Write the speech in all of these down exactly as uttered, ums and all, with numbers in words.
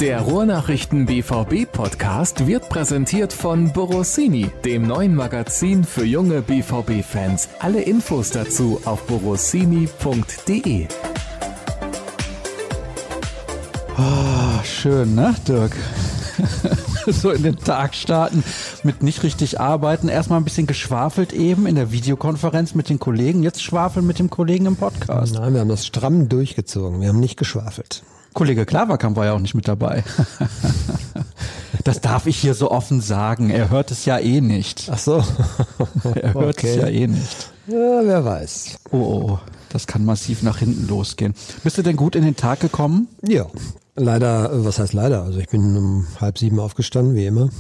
Der Ruhrnachrichten B V B-Podcast wird präsentiert von Borossini, dem neuen Magazin für junge B V B-Fans. Alle Infos dazu auf borossini punkt de. Oh, schön, ne, Dirk? So in den Tag starten mit nicht richtig arbeiten. Erstmal ein bisschen geschwafelt eben in der Videokonferenz mit den Kollegen. Jetzt schwafeln mit dem Kollegen im Podcast. Nein, wir haben das stramm durchgezogen. Wir haben nicht geschwafelt. Kollege Klaverkamp war ja auch nicht mit dabei. Das darf ich hier so offen sagen. Er hört es ja eh nicht. Ach so. Er hört Okay. es ja eh nicht. Ja, wer weiß. Oh, oh, oh, das kann massiv nach hinten losgehen. Bist du denn gut in den Tag gekommen? Ja, leider, was heißt leider? Also ich bin um halb sieben aufgestanden, wie immer.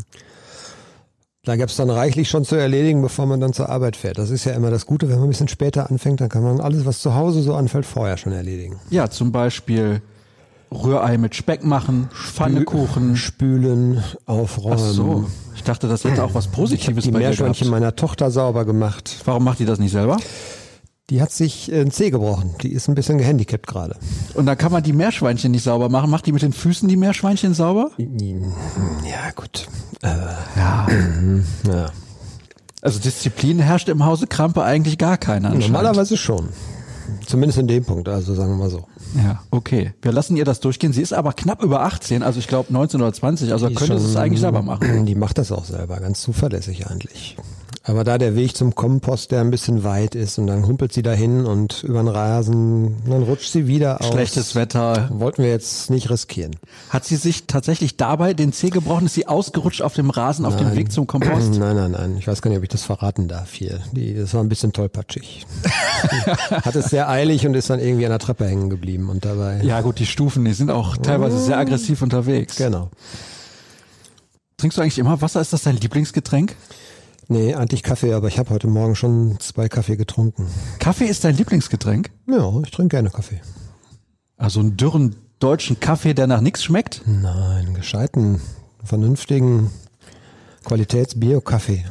Da gab es dann reichlich schon zu erledigen, bevor man dann zur Arbeit fährt. Das ist ja immer das Gute, wenn man ein bisschen später anfängt, dann kann man alles, was zu Hause so anfällt, vorher schon erledigen. Ja, zum Beispiel Rührei mit Speck machen, Pfannekuchen. Spülen, aufräumen. Ach so, ich dachte, das hätte auch was Ich habe Positives die bei dir Meerschweinchen gehabt. meiner Tochter sauber gemacht. Warum macht die das nicht selber? Die hat sich äh, ein Zeh gebrochen. Die ist ein bisschen gehandicapt gerade. Und dann kann man die Meerschweinchen nicht sauber machen. Macht die mit den Füßen die Meerschweinchen sauber? Ja, gut. Äh, Ja. ja. Also Disziplin herrscht im Hause Krampe eigentlich gar keine anscheinend. Normalerweise schon. Zumindest in dem Punkt, also sagen wir mal so. Ja, okay. Wir lassen ihr das durchgehen. Sie ist aber knapp über achtzehn, also ich glaube neunzehn oder zwanzig, also Die könnte sie es schon- eigentlich selber machen. Die macht das auch selber, ganz zuverlässig eigentlich. Aber da der Weg zum Kompost, der ein bisschen weit ist und dann humpelt sie dahin und über den Rasen, dann rutscht sie wieder aus. Schlechtes Wetter. Wollten wir jetzt nicht riskieren. Hat sie sich tatsächlich dabei den Zeh gebrochen? Ist sie ausgerutscht auf dem Rasen auf dem Nein. Weg zum Kompost? Nein, nein, nein. Ich weiß gar nicht, ob ich das verraten darf hier. Die, das war ein bisschen tollpatschig. Hat es sehr eilig und ist dann irgendwie an der Treppe hängen geblieben und dabei. Ja gut, die Stufen, die sind auch teilweise sehr aggressiv unterwegs. Genau. Trinkst du eigentlich immer Wasser? Ist das dein Lieblingsgetränk? Nee, eigentlich Kaffee, aber ich habe heute Morgen schon zwei Kaffee getrunken. Kaffee ist dein Lieblingsgetränk? Ja, ich trinke gerne Kaffee. Also einen dürren deutschen Kaffee, der nach nichts schmeckt? Nein, gescheiten, vernünftigen Qualitäts-Bio-Kaffee.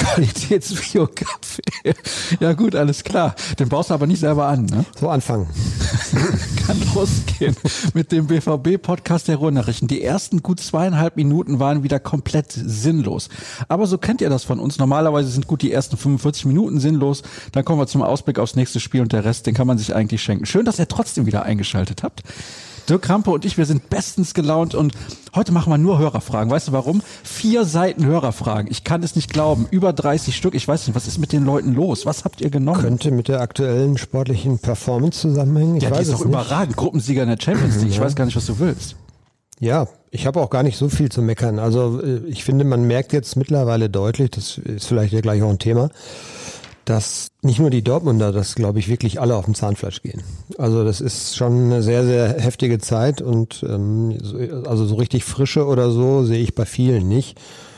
Qualitäts-Bio-Kaffee. Ja gut, alles klar. Den baust du aber nicht selber an, ne? So anfangen. Kann losgehen mit dem B V B-Podcast der Ruhrnachrichten. Die ersten gut zweieinhalb Minuten waren wieder komplett sinnlos. Aber so kennt ihr das von uns. Normalerweise sind gut die ersten fünfundvierzig Minuten sinnlos. Dann kommen wir zum Ausblick aufs nächste Spiel und der Rest, den kann man sich eigentlich schenken. Schön, dass ihr trotzdem wieder eingeschaltet habt. Dirk Krampe und ich, wir sind bestens gelaunt und heute machen wir nur Hörerfragen. Weißt du warum? Vier Seiten Hörerfragen. Ich kann es nicht glauben. Über dreißig Stück. Ich weiß nicht, was ist mit den Leuten los? Was habt ihr genommen? Könnte mit der aktuellen sportlichen Performance zusammenhängen. Ich ja, die weiß ist es doch nicht. überragend. Gruppensieger in der Champions League. Ich weiß gar nicht, was du willst. Ja, ich habe auch gar nicht so viel zu meckern. Also äh, ich finde, man merkt jetzt mittlerweile deutlich, das ist vielleicht ja gleich auch ein Thema, dass nicht nur die Dortmunder, das glaube ich wirklich alle auf dem Zahnfleisch gehen. Also das ist schon eine sehr, sehr heftige Zeit und ähm, so, also so richtig Frische oder so sehe ich bei vielen nicht.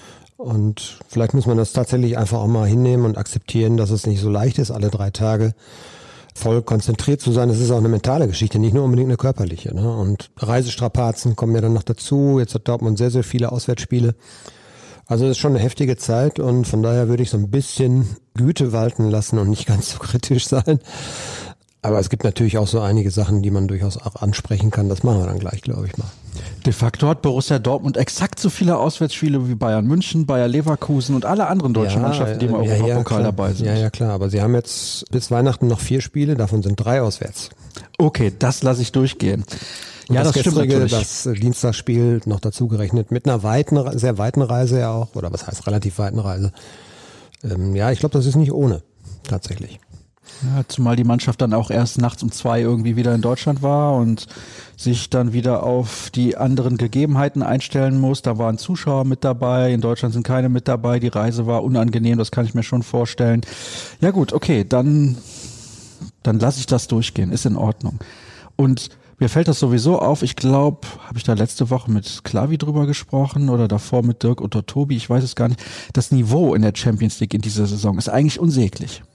Und vielleicht muss man das tatsächlich einfach auch mal hinnehmen und akzeptieren, dass es nicht so leicht ist, alle drei Tage voll konzentriert zu sein. Das ist auch eine mentale Geschichte, nicht nur unbedingt eine körperliche. Ne? Und Reisestrapazen kommen ja dann noch dazu. Jetzt hat Dortmund sehr, sehr viele Auswärtsspiele. Also es ist schon eine heftige Zeit und von daher würde ich so ein bisschen Güte walten lassen und nicht ganz so kritisch sein. Aber es gibt natürlich auch so einige Sachen, die man durchaus auch ansprechen kann. Das machen wir dann gleich, glaube ich mal. De facto hat Borussia Dortmund exakt so viele Auswärtsspiele wie Bayern München, Bayer Leverkusen und alle anderen deutschen Mannschaften, die im ja, Europapokal ja, dabei sind. Ja, ja, klar. Aber sie haben jetzt bis Weihnachten noch vier Spiele, davon sind drei auswärts. Okay, das lasse ich durchgehen. Und Ja, das, das, stimmt gestrige, natürlich. das äh, Dienstagsspiel noch dazu gerechnet, mit einer weiten, sehr weiten Reise ja auch, oder was heißt relativ weiten Reise. Ähm, ja, ich glaube, das ist nicht ohne, tatsächlich. Ja, zumal die Mannschaft dann auch erst nachts um zwei irgendwie wieder in Deutschland war und sich dann wieder auf die anderen Gegebenheiten einstellen muss. Da waren Zuschauer mit dabei, in Deutschland sind keine mit dabei, die Reise war unangenehm, das kann ich mir schon vorstellen. Ja gut, okay, dann, dann lasse ich das durchgehen, ist in Ordnung. Und mir fällt das sowieso auf, ich glaube, habe ich da letzte Woche mit Klavi drüber gesprochen oder davor mit Dirk oder Tobi, ich weiß es gar nicht. Das Niveau in der Champions League in dieser Saison ist eigentlich unsäglich.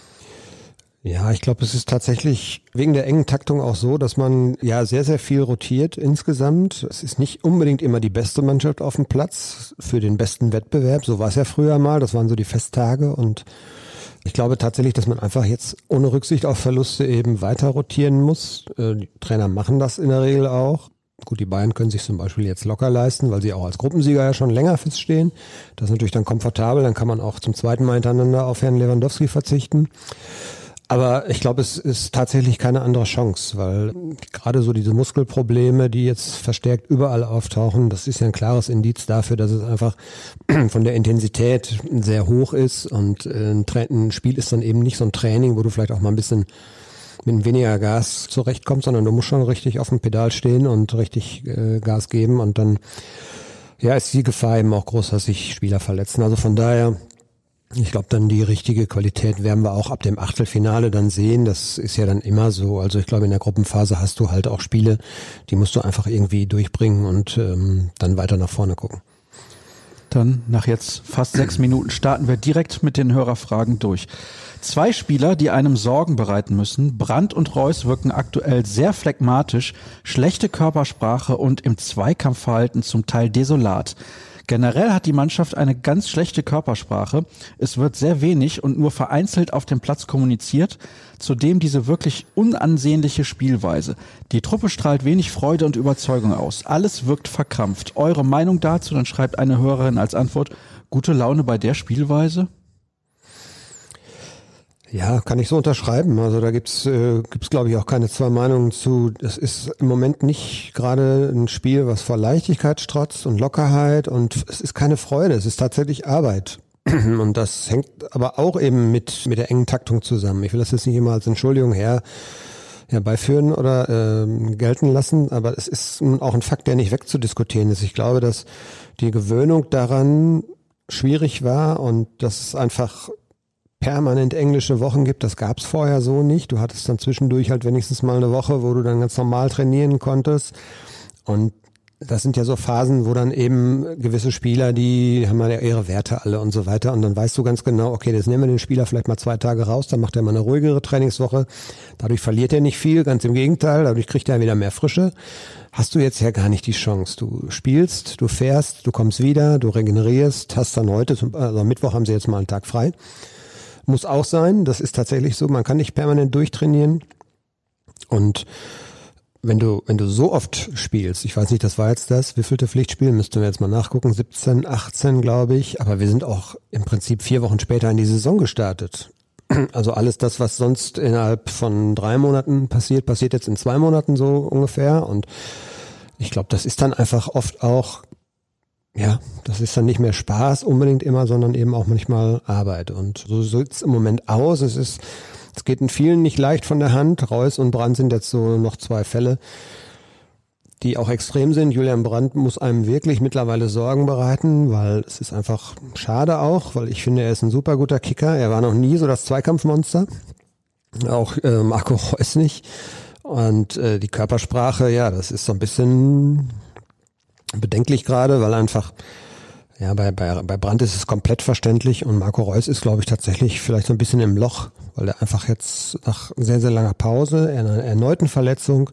Ja, ich glaube, es ist tatsächlich wegen der engen Taktung auch so, dass man ja sehr, sehr viel rotiert insgesamt. Es ist nicht unbedingt immer die beste Mannschaft auf dem Platz für den besten Wettbewerb. So war es ja früher mal, das waren so die Festtage und ich glaube tatsächlich, dass man einfach jetzt ohne Rücksicht auf Verluste eben weiter rotieren muss. Die Trainer machen das in der Regel auch. Gut, die Bayern können sich zum Beispiel jetzt locker leisten, weil sie auch als Gruppensieger ja schon länger feststehen. Das ist natürlich dann komfortabel, dann kann man auch zum zweiten Mal hintereinander auf Herrn Lewandowski verzichten. Aber ich glaube, es ist tatsächlich keine andere Chance, weil gerade so diese Muskelprobleme, die jetzt verstärkt überall auftauchen, das ist ja ein klares Indiz dafür, dass es einfach von der Intensität sehr hoch ist und ein, Tra- ein Spiel ist dann eben nicht so ein Training, wo du vielleicht auch mal ein bisschen mit weniger Gas zurechtkommst, sondern du musst schon richtig auf dem Pedal stehen und richtig äh, Gas geben und dann ja ist die Gefahr eben auch groß, dass sich Spieler verletzen. Also von daher, ich glaube, dann die richtige Qualität werden wir auch ab dem Achtelfinale dann sehen. Das ist ja dann immer so. Also ich glaube, in der Gruppenphase hast du halt auch Spiele, die musst du einfach irgendwie durchbringen und ähm, dann weiter nach vorne gucken. Dann nach jetzt fast sechs Minuten starten wir direkt mit den Hörerfragen durch. Zwei Spieler, die einem Sorgen bereiten müssen. Brandt und Reus wirken aktuell sehr phlegmatisch, schlechte Körpersprache und im Zweikampfverhalten zum Teil desolat. Generell hat die Mannschaft eine ganz schlechte Körpersprache. Es wird sehr wenig und nur vereinzelt auf dem Platz kommuniziert. Zudem diese wirklich unansehnliche Spielweise. Die Truppe strahlt wenig Freude und Überzeugung aus. Alles wirkt verkrampft. Eure Meinung dazu? Dann schreibt eine Hörerin als Antwort, gute Laune bei der Spielweise? Ja, kann ich so unterschreiben. Also da gibt's äh, gibt's glaube ich auch keine zwei Meinungen zu. Das ist im Moment nicht gerade ein Spiel, was vor Leichtigkeit strotzt und Lockerheit und es ist keine Freude, es ist tatsächlich Arbeit. Und das hängt aber auch eben mit mit der engen Taktung zusammen. Ich will das jetzt nicht immer als Entschuldigung her herbeiführen oder ähm, gelten lassen, aber es ist auch ein Fakt, der nicht wegzudiskutieren ist. Ich glaube, dass die Gewöhnung daran schwierig war und dass es einfach permanent englische Wochen gibt, das gab's vorher so nicht. Du hattest dann zwischendurch halt wenigstens mal eine Woche, wo du dann ganz normal trainieren konntest. Und das sind ja so Phasen, wo dann eben gewisse Spieler, die haben ja ihre Werte alle und so weiter. Und dann weißt du ganz genau, okay, jetzt nehmen wir den Spieler vielleicht mal zwei Tage raus, dann macht er mal eine ruhigere Trainingswoche. Dadurch verliert er nicht viel, ganz im Gegenteil, dadurch kriegt er wieder mehr Frische. Hast du jetzt ja gar nicht die Chance. Du spielst, du fährst, du kommst wieder, du regenerierst, hast dann heute, also am Mittwoch haben sie jetzt mal einen Tag frei. Muss auch sein, das ist tatsächlich so, man kann nicht permanent durchtrainieren und wenn du wenn du so oft spielst, ich weiß nicht, das war jetzt das, wievielte Pflichtspiel, müssten wir jetzt mal nachgucken, siebzehn, achtzehn glaube ich, aber wir sind auch im Prinzip vier Wochen später in die Saison gestartet. Also alles das, was sonst innerhalb von drei Monaten passiert, passiert jetzt in zwei Monaten so ungefähr und ich glaube, das ist dann einfach oft auch ja, das ist dann nicht mehr Spaß unbedingt immer, sondern eben auch manchmal Arbeit. Und so sieht's im Moment aus. Es ist, es geht in vielen nicht leicht von der Hand. Reus und Brandt sind jetzt so noch zwei Fälle, die auch extrem sind. Julian Brandt muss einem wirklich mittlerweile Sorgen bereiten, weil es ist einfach schade auch, weil ich finde, er ist ein super guter Kicker. Er war noch nie so das Zweikampfmonster. Auch äh, Marco Reus nicht. Und äh, die Körpersprache, ja, das ist so ein bisschen bedenklich gerade, weil einfach, ja, bei, bei, bei Brandt ist es komplett verständlich und Marco Reus ist, glaube ich, tatsächlich vielleicht so ein bisschen im Loch, weil er einfach jetzt nach sehr, sehr langer Pause, einer erneuten Verletzung,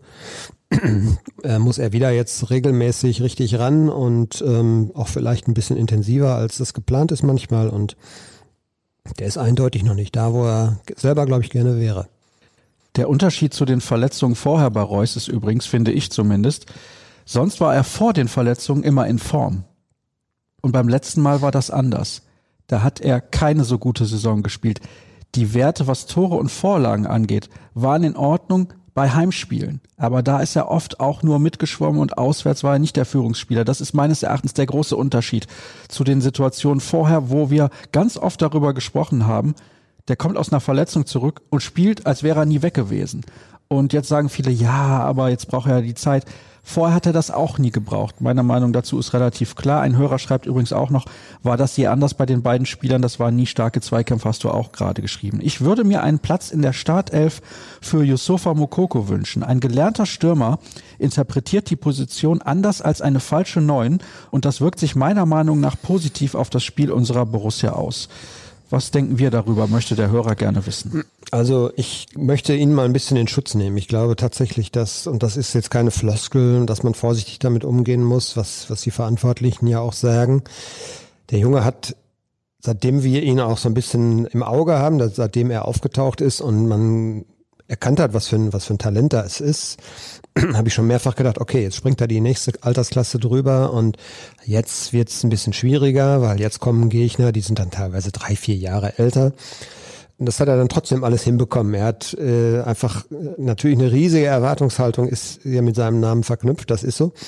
äh, muss er wieder jetzt regelmäßig richtig ran und ähm, auch vielleicht ein bisschen intensiver, als das geplant ist manchmal und der ist eindeutig noch nicht da, wo er selber, glaube ich, gerne wäre. Der Unterschied zu den Verletzungen vorher bei Reus ist übrigens, finde ich zumindest, sonst war er vor den Verletzungen immer in Form. Und beim letzten Mal war das anders. Da hat er keine so gute Saison gespielt. Die Werte, was Tore und Vorlagen angeht, waren in Ordnung bei Heimspielen. Aber da ist er oft auch nur mitgeschwommen und auswärts war er nicht der Führungsspieler. Das ist meines Erachtens der große Unterschied zu den Situationen vorher, wo wir ganz oft darüber gesprochen haben, der kommt aus einer Verletzung zurück und spielt, als wäre er nie weg gewesen. Und jetzt sagen viele, ja, aber jetzt braucht er ja die Zeit. Vorher hat er das auch nie gebraucht. Meiner Meinung dazu ist relativ klar. Ein Hörer schreibt übrigens auch noch, war das je anders bei den beiden Spielern? Das waren nie starke Zweikämpfe, hast du auch gerade geschrieben. Ich würde mir einen Platz in der Startelf für Youssoufa Moukoko wünschen. Ein gelernter Stürmer interpretiert die Position anders als eine falsche Neun und das wirkt sich meiner Meinung nach positiv auf das Spiel unserer Borussia aus. Was denken wir darüber, möchte der Hörer gerne wissen. Also ich möchte ihn mal ein bisschen in Schutz nehmen. Ich glaube tatsächlich, dass, und das ist jetzt keine Floskel, dass man vorsichtig damit umgehen muss, was, was die Verantwortlichen ja auch sagen. Der Junge hat, seitdem wir ihn auch so ein bisschen im Auge haben, seitdem er aufgetaucht ist und man erkannt hat, was für ein, was für ein Talent da es ist, habe ich schon mehrfach gedacht, okay, jetzt springt da die nächste Altersklasse drüber und jetzt wird es ein bisschen schwieriger, weil jetzt kommen Gegner, die sind dann teilweise drei, vier Jahre älter. Und das hat er dann trotzdem alles hinbekommen. Er hat äh, einfach natürlich eine riesige Erwartungshaltung, ist ja mit seinem Namen verknüpft, das ist so.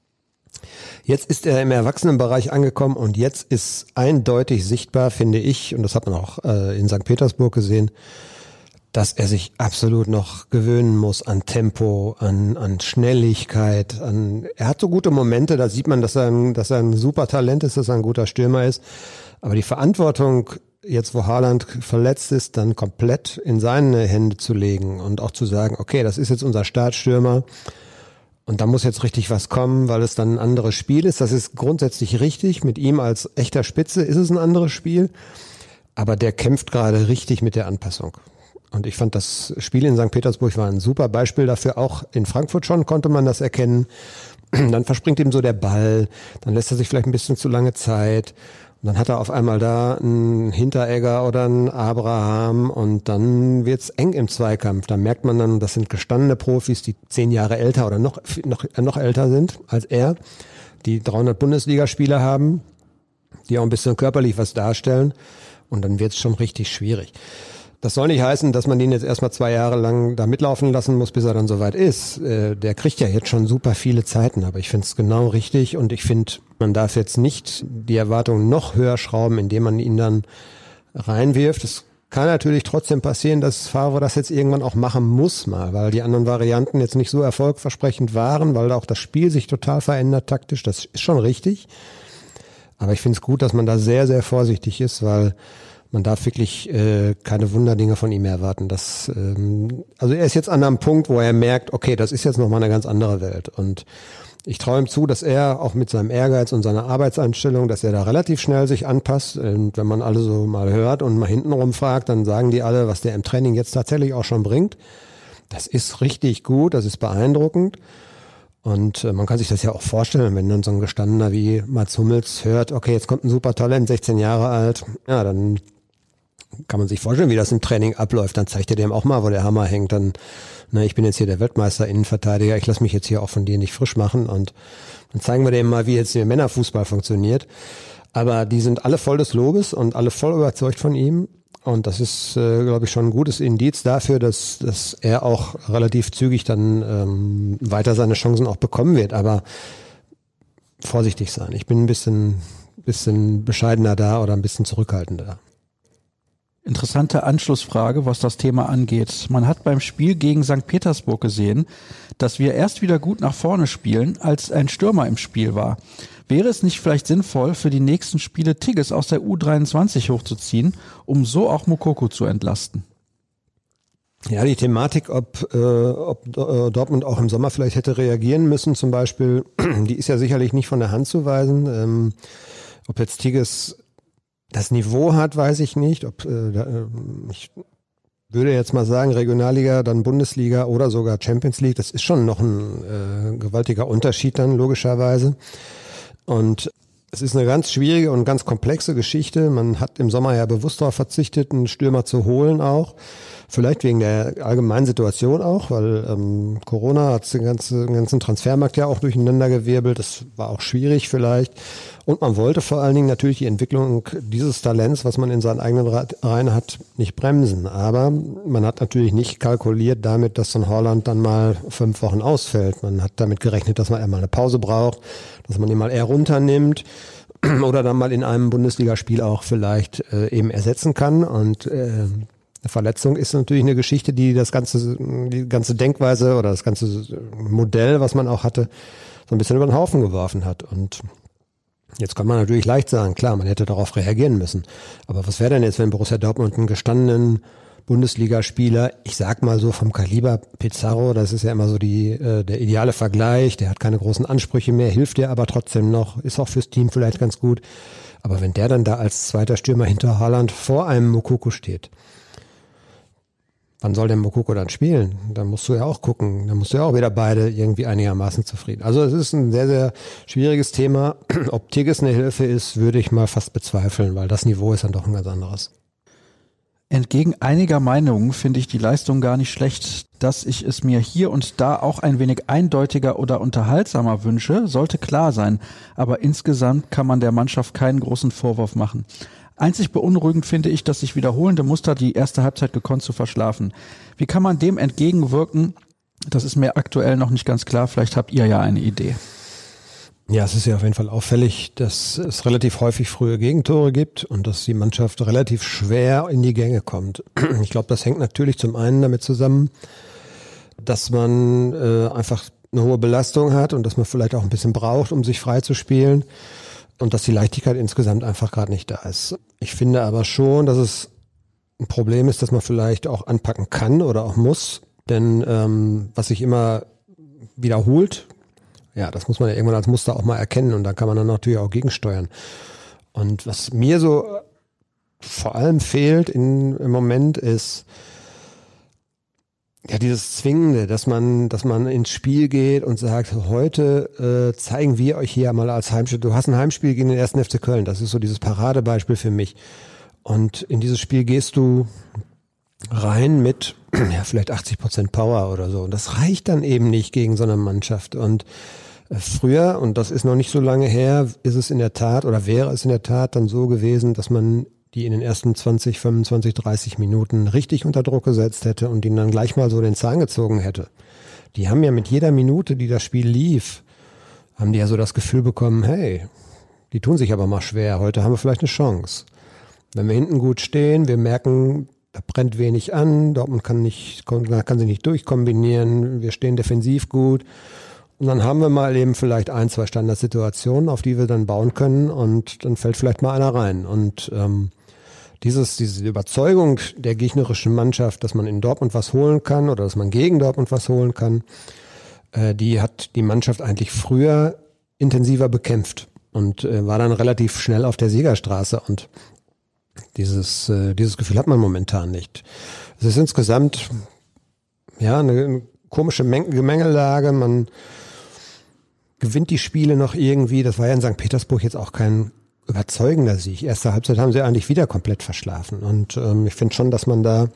Jetzt ist er im Erwachsenenbereich angekommen und jetzt ist eindeutig sichtbar, finde ich, und das hat man auch äh, in Sankt Petersburg gesehen, dass er sich absolut noch gewöhnen muss an Tempo, an, an Schnelligkeit, an, er hat so gute Momente, da sieht man, dass er, ein, dass er ein super Talent ist, dass er ein guter Stürmer ist, aber die Verantwortung, jetzt wo Haaland verletzt ist, dann komplett in seine Hände zu legen und auch zu sagen, okay, das ist jetzt unser Startstürmer und da muss jetzt richtig was kommen, weil es dann ein anderes Spiel ist, das ist grundsätzlich richtig, mit ihm als echter Spitze ist es ein anderes Spiel, aber der kämpft gerade richtig mit der Anpassung. Und ich fand, das Spiel in Sankt Petersburg war ein super Beispiel dafür. Auch in Frankfurt schon konnte man das erkennen. Dann verspringt ihm so der Ball, dann lässt er sich vielleicht ein bisschen zu lange Zeit. Und dann hat er auf einmal da einen Hinteregger oder einen Abraham und dann wird's eng im Zweikampf. Da merkt man dann, das sind gestandene Profis, die zehn Jahre älter oder noch, noch, noch älter sind als er, die dreihundert Bundesligaspiele haben, die auch ein bisschen körperlich was darstellen. Und dann wird's schon richtig schwierig. Das soll nicht heißen, dass man den jetzt erstmal zwei Jahre lang da mitlaufen lassen muss, bis er dann soweit ist. Äh, der kriegt ja jetzt schon super viele Zeiten, aber ich finde es genau richtig und ich finde, man darf jetzt nicht die Erwartungen noch höher schrauben, indem man ihn dann reinwirft. Es kann natürlich trotzdem passieren, dass Favre das jetzt irgendwann auch machen muss mal, weil die anderen Varianten jetzt nicht so erfolgversprechend waren, weil auch das Spiel sich total verändert taktisch. Das ist schon richtig. Aber ich finde es gut, dass man da sehr, sehr vorsichtig ist, weil man darf wirklich äh, keine Wunderdinge von ihm erwarten. Das, ähm, also er ist jetzt an einem Punkt, wo er merkt, okay, das ist jetzt nochmal eine ganz andere Welt. Und ich traue ihm zu, dass er auch mit seinem Ehrgeiz und seiner Arbeitseinstellung, dass er da relativ schnell sich anpasst. Und wenn man alle so mal hört und mal hintenrum fragt, dann sagen die alle, was der im Training jetzt tatsächlich auch schon bringt. Das ist richtig gut, das ist beeindruckend. Und äh, man kann sich das ja auch vorstellen, wenn dann so ein Gestandener wie Mats Hummels hört, okay, jetzt kommt ein super Talent, sechzehn Jahre alt, ja, dann kann man sich vorstellen, wie das im Training abläuft. Dann zeigt er dem auch mal, wo der Hammer hängt. Dann, na, ich bin jetzt hier der Weltmeister-Innenverteidiger, ich lasse mich jetzt hier auch von dir nicht frisch machen. Und dann zeigen wir dem mal, wie jetzt der Männerfußball funktioniert. Aber die sind alle voll des Lobes und alle voll überzeugt von ihm. Und das ist, äh, glaube ich, schon ein gutes Indiz dafür, dass, dass er auch relativ zügig dann ähm, weiter seine Chancen auch bekommen wird. Aber vorsichtig sein. Ich bin ein bisschen, bisschen bescheidener da oder ein bisschen zurückhaltender. Interessante Anschlussfrage, was das Thema angeht. Man hat beim Spiel gegen Sankt Petersburg gesehen, dass wir erst wieder gut nach vorne spielen, als ein Stürmer im Spiel war. Wäre es nicht vielleicht sinnvoll, für die nächsten Spiele Tigges aus der U dreiundzwanzig hochzuziehen, um so auch Moukoko zu entlasten? Ja, die Thematik, ob, äh, ob äh, Dortmund auch im Sommer vielleicht hätte reagieren müssen zum Beispiel, die ist ja sicherlich nicht von der Hand zu weisen. Ähm, ob jetzt Tigges das Niveau hat, weiß ich nicht. Ob äh, da, äh, ich würde jetzt mal sagen, Regionalliga, dann Bundesliga oder sogar Champions League, das ist schon noch ein äh, gewaltiger Unterschied dann logischerweise. Und es ist eine ganz schwierige und ganz komplexe Geschichte. Man hat im Sommer ja bewusst darauf verzichtet, einen Stürmer zu holen auch. Vielleicht wegen der allgemeinen Situation auch, weil ähm, Corona hat den ganzen, den ganzen Transfermarkt ja auch durcheinander gewirbelt. Das war auch schwierig vielleicht. Und man wollte vor allen Dingen natürlich die Entwicklung dieses Talents, was man in seinen eigenen Reihen hat, nicht bremsen. Aber man hat natürlich nicht kalkuliert damit, dass so ein Haaland dann mal fünf Wochen ausfällt. Man hat damit gerechnet, dass man eher mal eine Pause braucht, dass man ihn mal eher runternimmt oder dann mal in einem Bundesligaspiel auch vielleicht äh, eben ersetzen kann. Und äh, eine Verletzung ist natürlich eine Geschichte, die das ganze, die ganze Denkweise oder das ganze Modell, was man auch hatte, so ein bisschen über den Haufen geworfen hat. Und jetzt kann man natürlich leicht sagen, klar, man hätte darauf reagieren müssen. Aber was wäre denn jetzt, wenn Borussia Dortmund einen gestandenen Bundesligaspieler, ich sag mal so vom Kaliber Pizarro, das ist ja immer so die äh, der ideale Vergleich, der hat keine großen Ansprüche mehr, hilft dir aber trotzdem noch, ist auch fürs Team vielleicht ganz gut. Aber wenn der dann da als zweiter Stürmer hinter Haaland vor einem Moukoko steht, wann soll denn Moukoko dann spielen? Da musst du ja auch gucken. Da musst du ja auch wieder beide irgendwie einigermaßen zufrieden. Also es ist ein sehr, sehr schwieriges Thema. Ob Tigges eine Hilfe ist, würde ich mal fast bezweifeln, weil das Niveau ist dann doch ein ganz anderes. Entgegen einiger Meinungen finde ich die Leistung gar nicht schlecht. Dass ich es mir hier und da auch ein wenig eindeutiger oder unterhaltsamer wünsche, sollte klar sein. Aber insgesamt kann man der Mannschaft keinen großen Vorwurf machen. Einzig beunruhigend finde ich, dass sich wiederholende Muster die erste Halbzeit gekonnt zu verschlafen. Wie kann man dem entgegenwirken? Das ist mir aktuell noch nicht ganz klar. Vielleicht habt ihr ja eine Idee. Ja, es ist ja auf jeden Fall auffällig, dass es relativ häufig frühe Gegentore gibt und dass die Mannschaft relativ schwer in die Gänge kommt. Ich glaube, das hängt natürlich zum einen damit zusammen, dass man äh, einfach eine hohe Belastung hat und dass man vielleicht auch ein bisschen braucht, um sich frei zu spielen und dass die Leichtigkeit insgesamt einfach gerade nicht da ist. Ich finde aber schon, dass es ein Problem ist, dass man vielleicht auch anpacken kann oder auch muss, denn ähm, was sich immer wiederholt, ja, das muss man ja irgendwann als Muster auch mal erkennen und da kann man dann natürlich auch gegensteuern. Und was mir so vor allem fehlt in, im Moment ist ja dieses Zwingende, dass man, dass man ins Spiel geht und sagt, heute äh, zeigen wir euch hier mal als Heimspiel. Du hast ein Heimspiel gegen den ersten F C Köln, das ist so dieses Paradebeispiel für mich. Und in dieses Spiel gehst du rein mit ja vielleicht achtzig Prozent Power oder so. Und das reicht dann eben nicht gegen so eine Mannschaft. Und früher, und das ist noch nicht so lange her, ist es in der Tat oder wäre es in der Tat dann so gewesen, dass man die in den ersten zwanzig, fünfundzwanzig, dreißig Minuten richtig unter Druck gesetzt hätte und ihnen dann gleich mal so den Zahn gezogen hätte. Die haben ja mit jeder Minute, die das Spiel lief, haben die ja so das Gefühl bekommen, hey, die tun sich aber mal schwer, heute haben wir vielleicht eine Chance. Wenn wir hinten gut stehen, wir merken, da brennt wenig an, Dortmund kann nicht, kann sich nicht durchkombinieren, wir stehen defensiv gut. Und dann haben wir mal eben vielleicht ein, zwei Standardsituationen, auf die wir dann bauen können und dann fällt vielleicht mal einer rein. Und ähm, dieses, diese Überzeugung der gegnerischen Mannschaft, dass man in Dortmund was holen kann oder dass man gegen Dortmund was holen kann, äh, die hat die Mannschaft eigentlich früher intensiver bekämpft und äh, war dann relativ schnell auf der Siegerstraße. Und dieses, äh, dieses Gefühl hat man momentan nicht. Es ist insgesamt ja eine, eine komische Meng- Gemengelage. Man gewinnt die Spiele noch irgendwie. Das war ja in Sankt Petersburg jetzt auch kein überzeugender Sieg. Erste Halbzeit haben sie eigentlich wieder komplett verschlafen. Und ähm, ich finde schon, dass man da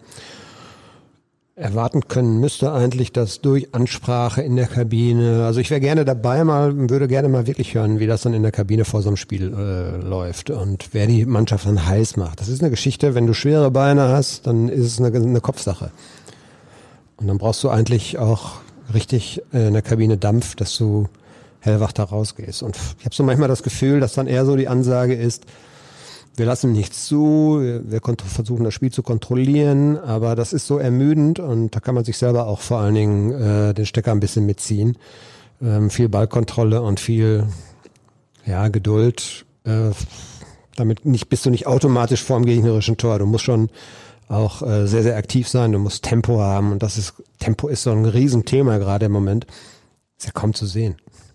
erwarten können müsste eigentlich, dass durch Ansprache in der Kabine, also ich wäre gerne dabei mal, würde gerne mal wirklich hören, wie das dann in der Kabine vor so einem Spiel äh, läuft und wer die Mannschaft dann heiß macht. Das ist eine Geschichte, wenn du schwere Beine hast, dann ist es eine, eine Kopfsache. Und dann brauchst du eigentlich auch richtig äh, in der Kabine Dampf, dass du hellwach da rausgehst. Und ich habe so manchmal das Gefühl, dass dann eher so die Ansage ist, wir lassen nichts zu, wir, wir kont- versuchen das Spiel zu kontrollieren, aber das ist so ermüdend und da kann man sich selber auch vor allen Dingen äh, den Stecker ein bisschen mitziehen. Ähm, viel Ballkontrolle und viel ja, Geduld. Äh, damit nicht, bist du nicht automatisch vorm gegnerischen Tor. Du musst schon auch äh, sehr, sehr aktiv sein, du musst Tempo haben und das ist, Tempo ist so ein Riesenthema gerade im Moment. Ist ja kaum zu sehen.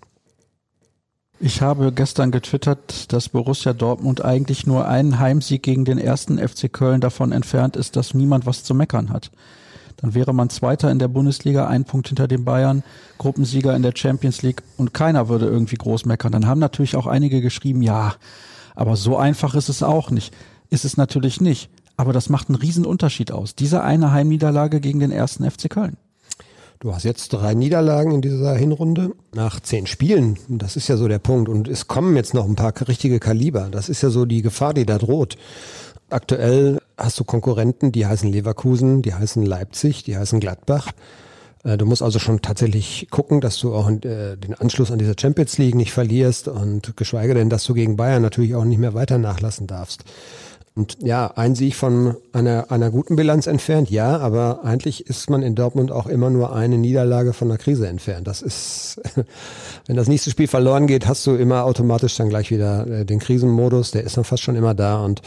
Ich habe gestern getwittert, dass Borussia Dortmund eigentlich nur einen Heimsieg gegen den ersten F C Köln davon entfernt ist, dass niemand was zu meckern hat. Dann wäre man Zweiter in der Bundesliga, ein Punkt hinter den Bayern, Gruppensieger in der Champions League und keiner würde irgendwie groß meckern. Dann haben natürlich auch einige geschrieben, ja, aber so einfach ist es auch nicht. Ist es natürlich nicht, aber das macht einen riesen Unterschied aus. Diese eine Heimniederlage gegen den ersten F C Köln. Du hast jetzt drei Niederlagen in dieser Hinrunde nach zehn Spielen. Das ist ja so der Punkt. Und es kommen jetzt noch ein paar richtige Kaliber. Das ist ja so die Gefahr, die da droht. Aktuell hast du Konkurrenten, die heißen Leverkusen, die heißen Leipzig, die heißen Gladbach. Du musst also schon tatsächlich gucken, dass du auch den Anschluss an diese Champions League nicht verlierst und geschweige denn, dass du gegen Bayern natürlich auch nicht mehr weiter nachlassen darfst. Und ja, ein Sieg von einer, einer guten Bilanz entfernt, ja, aber eigentlich ist man in Dortmund auch immer nur eine Niederlage von der Krise entfernt. Das ist, wenn das nächste Spiel verloren geht, hast du immer automatisch dann gleich wieder den Krisenmodus, der ist dann fast schon immer da und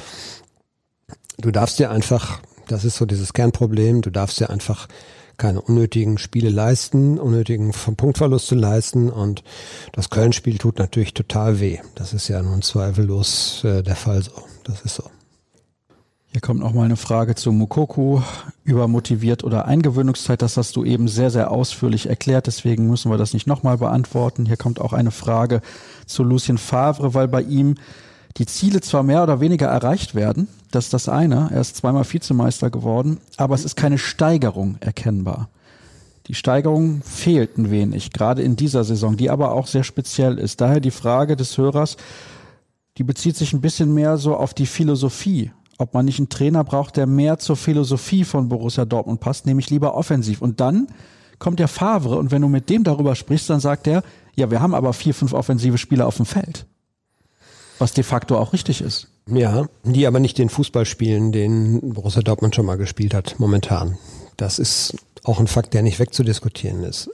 du darfst dir einfach, das ist so dieses Kernproblem, du darfst dir einfach keine unnötigen Spiele leisten, unnötigen Punktverluste leisten und das Köln-Spiel tut natürlich total weh. Das ist ja nun zweifellos äh, der Fall so. Das ist so. Hier kommt noch mal eine Frage zu Moukoko, übermotiviert oder Eingewöhnungszeit. Das hast du eben sehr, sehr ausführlich erklärt, deswegen müssen wir das nicht nochmal beantworten. Hier kommt auch eine Frage zu Lucien Favre, weil bei ihm die Ziele zwar mehr oder weniger erreicht werden, das ist das eine, er ist zweimal Vizemeister geworden, aber es ist keine Steigerung erkennbar. Die Steigerung fehlt ein wenig, gerade in dieser Saison, die aber auch sehr speziell ist. Daher die Frage des Hörers, die bezieht sich ein bisschen mehr so auf die Philosophie, ob man nicht einen Trainer braucht, der mehr zur Philosophie von Borussia Dortmund passt, nämlich lieber offensiv. Und dann kommt der Favre und wenn du mit dem darüber sprichst, dann sagt er, ja, wir haben aber vier, fünf offensive Spieler auf dem Feld. Was de facto auch richtig ist. Ja, die aber nicht den Fußball spielen, den Borussia Dortmund schon mal gespielt hat, momentan. Das ist auch ein Fakt, der nicht wegzudiskutieren ist.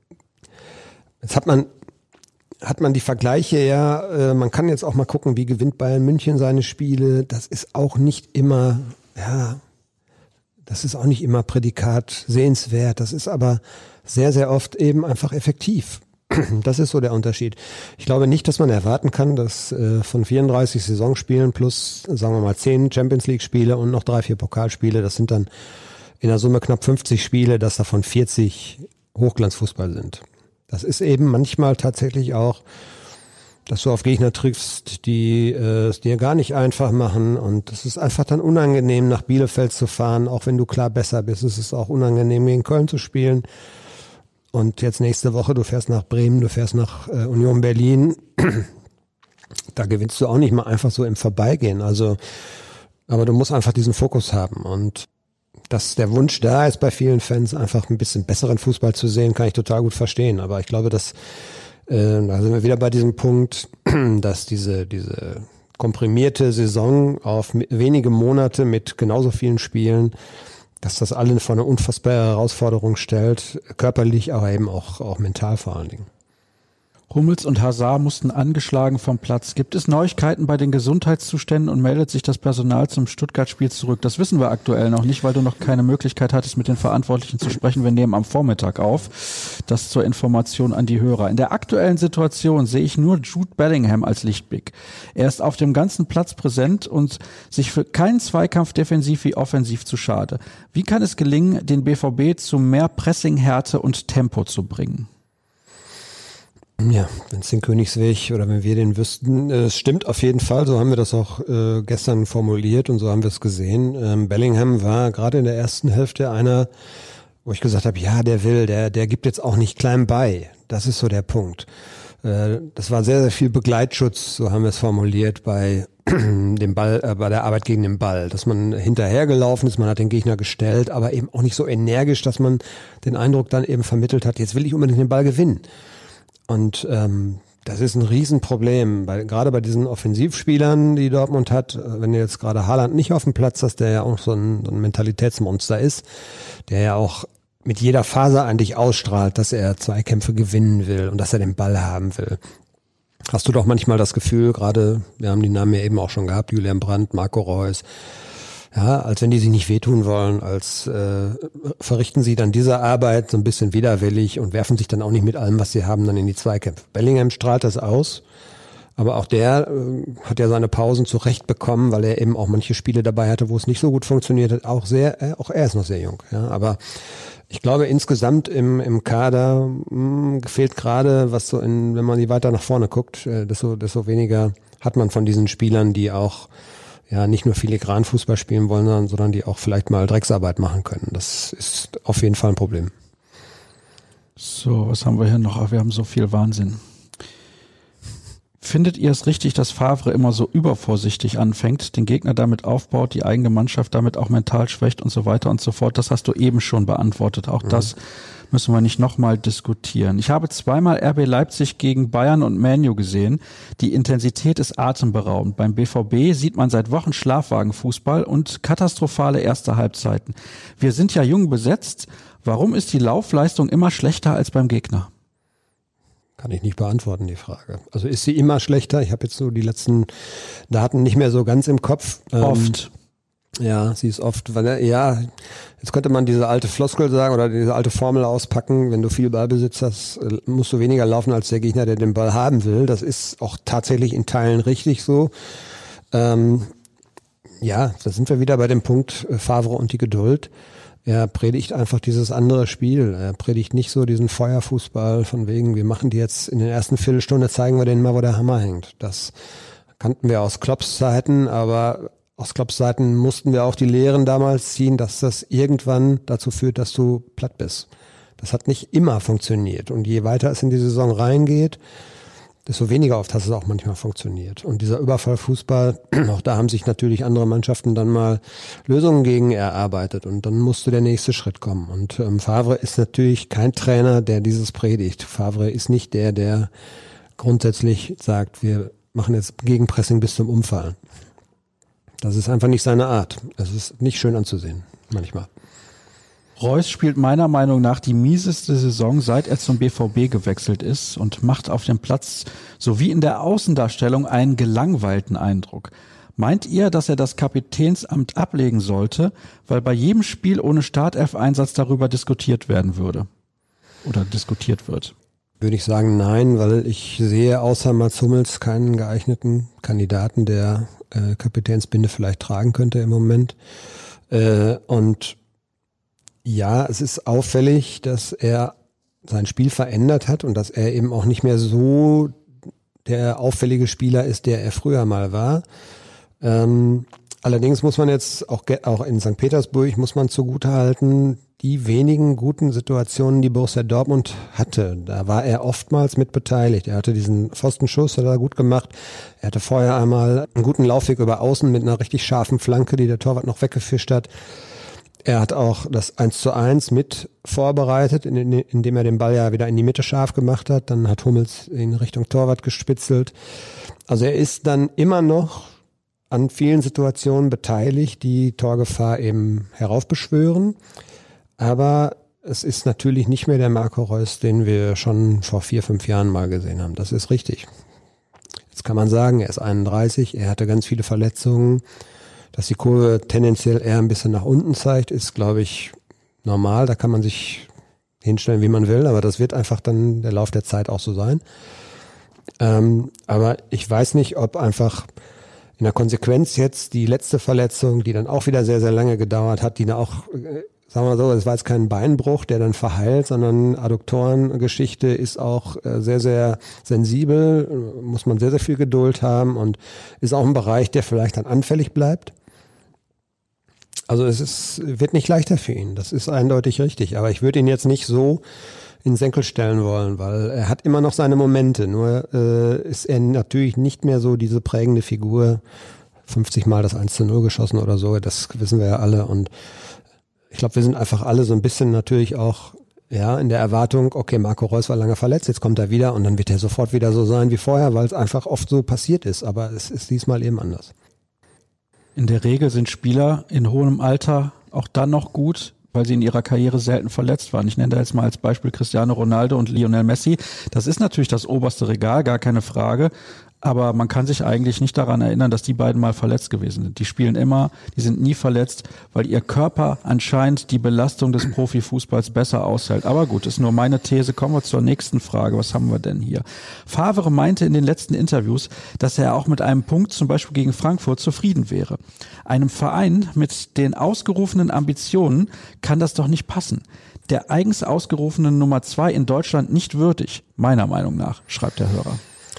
Jetzt hat man, hat man die Vergleiche, ja, man kann jetzt auch mal gucken, wie gewinnt Bayern München seine Spiele. Das ist auch nicht immer, ja, das ist auch nicht immer Prädikat sehenswert. Das ist aber sehr, sehr oft eben einfach effektiv. Das ist so der Unterschied. Ich glaube nicht, dass man erwarten kann, dass äh, von vierunddreißig Saisonspielen plus, sagen wir mal, zehn Champions League Spiele und noch drei, vier Pokalspiele, das sind dann in der Summe knapp fünfzig Spiele, dass davon vierzig Hochglanzfußball sind. Das ist eben manchmal tatsächlich auch, dass du auf Gegner triffst, die äh, es dir gar nicht einfach machen und es ist einfach dann unangenehm, nach Bielefeld zu fahren, auch wenn du klar besser bist. Es ist auch unangenehm, gegen Köln zu spielen. Und jetzt nächste Woche, du fährst nach Bremen, du fährst nach äh, Union Berlin. Da gewinnst du auch nicht mal einfach so im Vorbeigehen. Also, aber du musst einfach diesen Fokus haben. Und dass der Wunsch da ist bei vielen Fans, einfach ein bisschen besseren Fußball zu sehen, kann ich total gut verstehen. Aber ich glaube, dass, äh, da sind wir wieder bei diesem Punkt, dass diese, diese komprimierte Saison auf wenige Monate mit genauso vielen Spielen, dass das alle vor eine unfassbare Herausforderung stellt, körperlich, aber eben auch, auch mental vor allen Dingen. Hummels und Hazard mussten angeschlagen vom Platz. Gibt es Neuigkeiten bei den Gesundheitszuständen und meldet sich das Personal zum Stuttgart-Spiel zurück? Das wissen wir aktuell noch nicht, weil du noch keine Möglichkeit hattest, mit den Verantwortlichen zu sprechen. Wir nehmen am Vormittag auf. Das zur Information an die Hörer. In der aktuellen Situation sehe ich nur Jude Bellingham als Lichtblick. Er ist auf dem ganzen Platz präsent und sich für keinen Zweikampf defensiv wie offensiv zu schade. Wie kann es gelingen, den B V B zu mehr Pressing-Härte und Tempo zu bringen? Ja, wenn es den Königsweg oder wenn wir den wüssten, äh, es stimmt auf jeden Fall, so haben wir das auch äh, gestern formuliert und so haben wir es gesehen. Ähm, Bellingham war gerade in der ersten Hälfte einer, wo ich gesagt habe, ja, der will, der der gibt jetzt auch nicht klein bei. Das ist so der Punkt. Äh, das war sehr, sehr viel Begleitschutz, so haben wir es formuliert, bei dem Ball, äh, bei der Arbeit gegen den Ball, dass man hinterhergelaufen ist, man hat den Gegner gestellt, aber eben auch nicht so energisch, dass man den Eindruck dann eben vermittelt hat, jetzt will ich unbedingt den Ball gewinnen. Und ähm, das ist ein Riesenproblem, bei, gerade bei diesen Offensivspielern, die Dortmund hat. Wenn du jetzt gerade Haaland nicht auf dem Platz hast, der ja auch so ein, so ein Mentalitätsmonster ist, der ja auch mit jeder Phase eigentlich ausstrahlt, dass er Zweikämpfe gewinnen will und dass er den Ball haben will. Hast du doch manchmal das Gefühl, gerade, wir haben die Namen ja eben auch schon gehabt, Julian Brandt, Marco Reus, ja, als wenn die sich nicht wehtun wollen, als äh, verrichten sie dann diese Arbeit so ein bisschen widerwillig und werfen sich dann auch nicht mit allem, was sie haben, dann in die Zweikämpfe. Bellingham strahlt das aus, aber auch der äh, hat ja seine Pausen zurecht bekommen, weil er eben auch manche Spiele dabei hatte, wo es nicht so gut funktioniert hat. Auch sehr, äh, auch er ist noch sehr jung, ja, aber ich glaube insgesamt im im Kader mh, fehlt gerade, was so in, wenn man die weiter nach vorne guckt, äh, desto desto weniger hat man von diesen Spielern, die auch ja nicht nur filigran Fußball spielen wollen, sondern die auch vielleicht mal Drecksarbeit machen können. Das ist auf jeden Fall ein Problem. So, was haben wir hier noch? Wir haben so viel Wahnsinn. Findet ihr es richtig, dass Favre immer so übervorsichtig anfängt, den Gegner damit aufbaut, die eigene Mannschaft damit auch mental schwächt und so weiter und so fort? Das hast du eben schon beantwortet. Auch mhm. das müssen wir nicht nochmal diskutieren. Ich habe zweimal R B Leipzig gegen Bayern und Man U gesehen. Die Intensität ist atemberaubend. Beim B V B sieht man seit Wochen Schlafwagenfußball und katastrophale erste Halbzeiten. Wir sind ja jung besetzt. Warum ist die Laufleistung immer schlechter als beim Gegner? Kann ich nicht beantworten, die Frage. Also ist sie immer schlechter? Ich habe jetzt so die letzten Daten nicht mehr so ganz im Kopf. Oft. Ähm, ja, sie ist oft, weil ja, jetzt könnte man diese alte Floskel sagen oder diese alte Formel auspacken, wenn du viel Ballbesitz hast, musst du weniger laufen als der Gegner, der den Ball haben will. Das ist auch tatsächlich in Teilen richtig so. Ähm, ja, da sind wir wieder bei dem Punkt äh, Favre und die Geduld. Er predigt einfach dieses andere Spiel. Er predigt nicht so diesen Feuerfußball von wegen, wir machen die jetzt in der ersten Viertelstunde, zeigen wir denen mal, wo der Hammer hängt. Das kannten wir aus Klopps Zeiten, aber aus Klopps Zeiten mussten wir auch die Lehren damals ziehen, dass das irgendwann dazu führt, dass du platt bist. Das hat nicht immer funktioniert. Und je weiter es in die Saison reingeht, desto weniger oft hat es auch manchmal funktioniert. Und dieser Überfallfußball, auch da haben sich natürlich andere Mannschaften dann mal Lösungen gegen erarbeitet. Und dann musste der nächste Schritt kommen. Und ähm, Favre ist natürlich kein Trainer, der dieses predigt. Favre ist nicht der, der grundsätzlich sagt, wir machen jetzt Gegenpressing bis zum Umfallen. Das ist einfach nicht seine Art. Es ist nicht schön anzusehen, manchmal. Reus spielt meiner Meinung nach die mieseste Saison, seit er zum B V B gewechselt ist und macht auf dem Platz sowie in der Außendarstellung einen gelangweilten Eindruck. Meint ihr, dass er das Kapitänsamt ablegen sollte, weil bei jedem Spiel ohne Startelf-Einsatz darüber diskutiert werden würde? Oder diskutiert wird? Würde ich sagen, nein, weil ich sehe außer Mats Hummels keinen geeigneten Kandidaten, der äh, Kapitänsbinde vielleicht tragen könnte im Moment. Äh, und ja, es ist auffällig, dass er sein Spiel verändert hat und dass er eben auch nicht mehr so der auffällige Spieler ist, der er früher mal war. Ähm, allerdings muss man jetzt auch, auch in Sankt Petersburg muss man zugutehalten, die wenigen guten Situationen, die Borussia Dortmund hatte, da war er oftmals mit beteiligt. Er hatte diesen Pfostenschuss, hat er gut gemacht. Er hatte vorher einmal einen guten Laufweg über außen mit einer richtig scharfen Flanke, die der Torwart noch weggefischt hat. Er hat auch das eins zu eins mit vorbereitet, indem er den Ball ja wieder in die Mitte scharf gemacht hat. Dann hat Hummels in Richtung Torwart gespitzelt. Also er ist dann immer noch an vielen Situationen beteiligt, die Torgefahr eben heraufbeschwören. Aber es ist natürlich nicht mehr der Marco Reus, den wir schon vor vier, fünf Jahren mal gesehen haben. Das ist richtig. Jetzt kann man sagen, er ist einunddreißig, er hatte ganz viele Verletzungen. Dass die Kurve tendenziell eher ein bisschen nach unten zeigt, ist, glaube ich, normal. Da kann man sich hinstellen, wie man will, aber das wird einfach dann der Lauf der Zeit auch so sein. Ähm, aber ich weiß nicht, ob einfach in der Konsequenz jetzt die letzte Verletzung, die dann auch wieder sehr, sehr lange gedauert hat, die dann auch, äh, sagen wir so, es war jetzt kein Beinbruch, der dann verheilt, sondern Adduktorengeschichte ist auch äh, sehr, sehr sensibel, muss man sehr, sehr viel Geduld haben und ist auch ein Bereich, der vielleicht dann anfällig bleibt. Also es ist, wird nicht leichter für ihn, das ist eindeutig richtig, aber ich würde ihn jetzt nicht so in den Senkel stellen wollen, weil er hat immer noch seine Momente, nur äh, ist er natürlich nicht mehr so diese prägende Figur, fünfzig Mal das eins zu null geschossen oder so, das wissen wir ja alle und ich glaube, wir sind einfach alle so ein bisschen natürlich auch ja in der Erwartung, okay, Marco Reus war lange verletzt, jetzt kommt er wieder und dann wird er sofort wieder so sein wie vorher, weil es einfach oft so passiert ist, aber es ist diesmal eben anders. In der Regel sind Spieler in hohem Alter auch dann noch gut, weil sie in ihrer Karriere selten verletzt waren. Ich nenne da jetzt mal als Beispiel Cristiano Ronaldo und Lionel Messi. Das ist natürlich das oberste Regal, gar keine Frage. Aber man kann sich eigentlich nicht daran erinnern, dass die beiden mal verletzt gewesen sind. Die spielen immer, die sind nie verletzt, weil ihr Körper anscheinend die Belastung des Profifußballs besser aushält. Aber gut, ist nur meine These. Kommen wir zur nächsten Frage. Was haben wir denn hier? Favre meinte in den letzten Interviews, dass er auch mit einem Punkt zum Beispiel gegen Frankfurt zufrieden wäre. Einem Verein mit den ausgerufenen Ambitionen kann das doch nicht passen. Der eigens ausgerufenen Nummer zwei in Deutschland nicht würdig, meiner Meinung nach, schreibt der Hörer.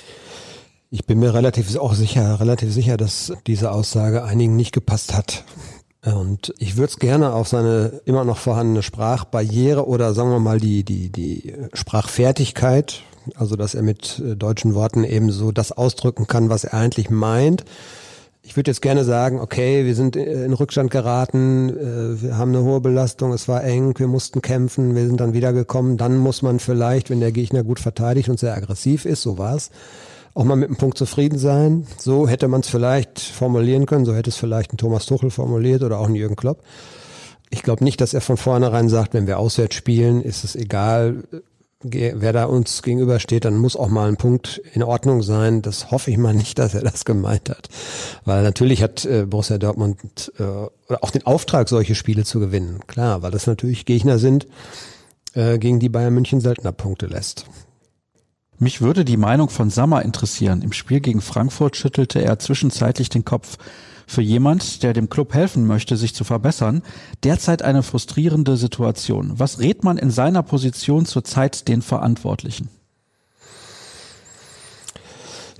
Ich bin mir relativ auch sicher, relativ sicher, dass diese Aussage einigen nicht gepasst hat. Und ich würde es gerne auf seine immer noch vorhandene Sprachbarriere oder sagen wir mal die die die Sprachfertigkeit, also dass er mit deutschen Worten eben so das ausdrücken kann, was er eigentlich meint. Ich würde jetzt gerne sagen, okay, wir sind in Rückstand geraten, wir haben eine hohe Belastung, es war eng, wir mussten kämpfen, wir sind dann wiedergekommen. Dann muss man vielleicht, wenn der Gegner gut verteidigt und sehr aggressiv ist, so war's, auch mal mit einem Punkt zufrieden sein. So hätte man es vielleicht formulieren können, so hätte es vielleicht ein Thomas Tuchel formuliert oder auch ein Jürgen Klopp. Ich glaube nicht, dass er von vornherein sagt, wenn wir auswärts spielen, ist es egal, wer da uns gegenübersteht, dann muss auch mal ein Punkt in Ordnung sein. Das hoffe ich mal nicht, dass er das gemeint hat. Weil natürlich hat äh, Borussia Dortmund äh, oder auch den Auftrag, solche Spiele zu gewinnen. Klar, weil das natürlich Gegner sind, äh, gegen die Bayern München seltener Punkte lässt. Mich würde die Meinung von Sammer interessieren. Im Spiel gegen Frankfurt schüttelte er zwischenzeitlich den Kopf. Für jemand, der dem Club helfen möchte, sich zu verbessern, derzeit eine frustrierende Situation. Was rät man in seiner Position zurzeit den Verantwortlichen?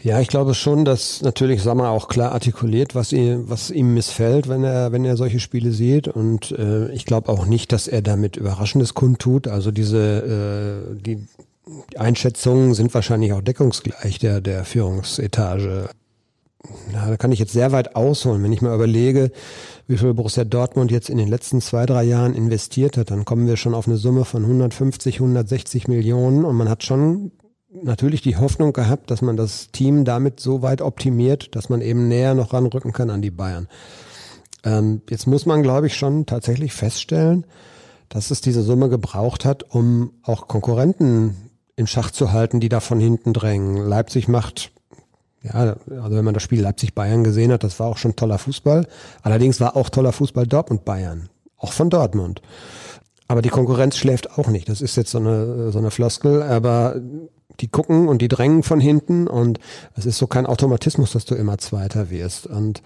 Ja, ich glaube schon, dass natürlich Sammer auch klar artikuliert, was ihm, was ihm missfällt, wenn er, wenn er solche Spiele sieht. Und äh, ich glaube auch nicht, dass er damit Überraschendes kundtut. Also diese äh, die, die Einschätzungen sind wahrscheinlich auch deckungsgleich der der Führungsetage. Ja, da kann ich jetzt sehr weit ausholen. Wenn ich mal überlege, wie viel Borussia Dortmund jetzt in den letzten zwei, drei Jahren investiert hat, dann kommen wir schon auf eine Summe von hundertfünfzig, hundertsechzig Millionen und man hat schon natürlich die Hoffnung gehabt, dass man das Team damit so weit optimiert, dass man eben näher noch ranrücken kann an die Bayern. Ähm, jetzt muss man, glaube ich, schon tatsächlich feststellen, dass es diese Summe gebraucht hat, um auch Konkurrenten in Schach zu halten, die da von hinten drängen. Leipzig macht, ja, also wenn man das Spiel Leipzig-Bayern gesehen hat, das war auch schon toller Fußball. Allerdings war auch toller Fußball Dortmund-Bayern, auch von Dortmund. Aber die Konkurrenz schläft auch nicht. Das ist jetzt so eine, so eine Floskel, aber die gucken und die drängen von hinten und es ist so kein Automatismus, dass du immer Zweiter wirst. Und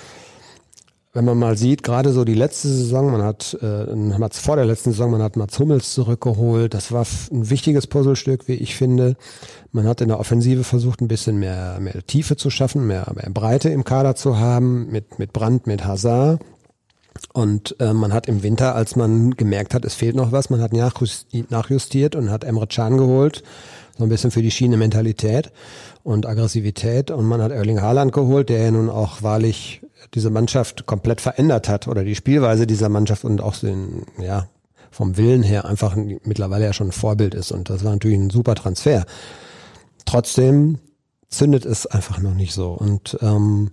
wenn man mal sieht, gerade so die letzte Saison, man hat äh, vor der letzten Saison, man hat Mats Hummels zurückgeholt. Das war ein wichtiges Puzzlestück, wie ich finde. Man hat in der Offensive versucht, ein bisschen mehr, mehr Tiefe zu schaffen, mehr, mehr Breite im Kader zu haben, mit, mit Brandt, mit Hazard. Und äh, man hat im Winter, als man gemerkt hat, es fehlt noch was, man hat nachjustiert und hat Emre Can geholt, so ein bisschen für die Schiene Mentalität und Aggressivität. Und man hat Erling Haaland geholt, der ja nun auch wahrlich diese Mannschaft komplett verändert hat oder die Spielweise dieser Mannschaft und auch den, ja, vom Willen her einfach mittlerweile ja schon ein Vorbild ist. Und das war natürlich ein super Transfer. Trotzdem zündet es einfach noch nicht so. Und ähm,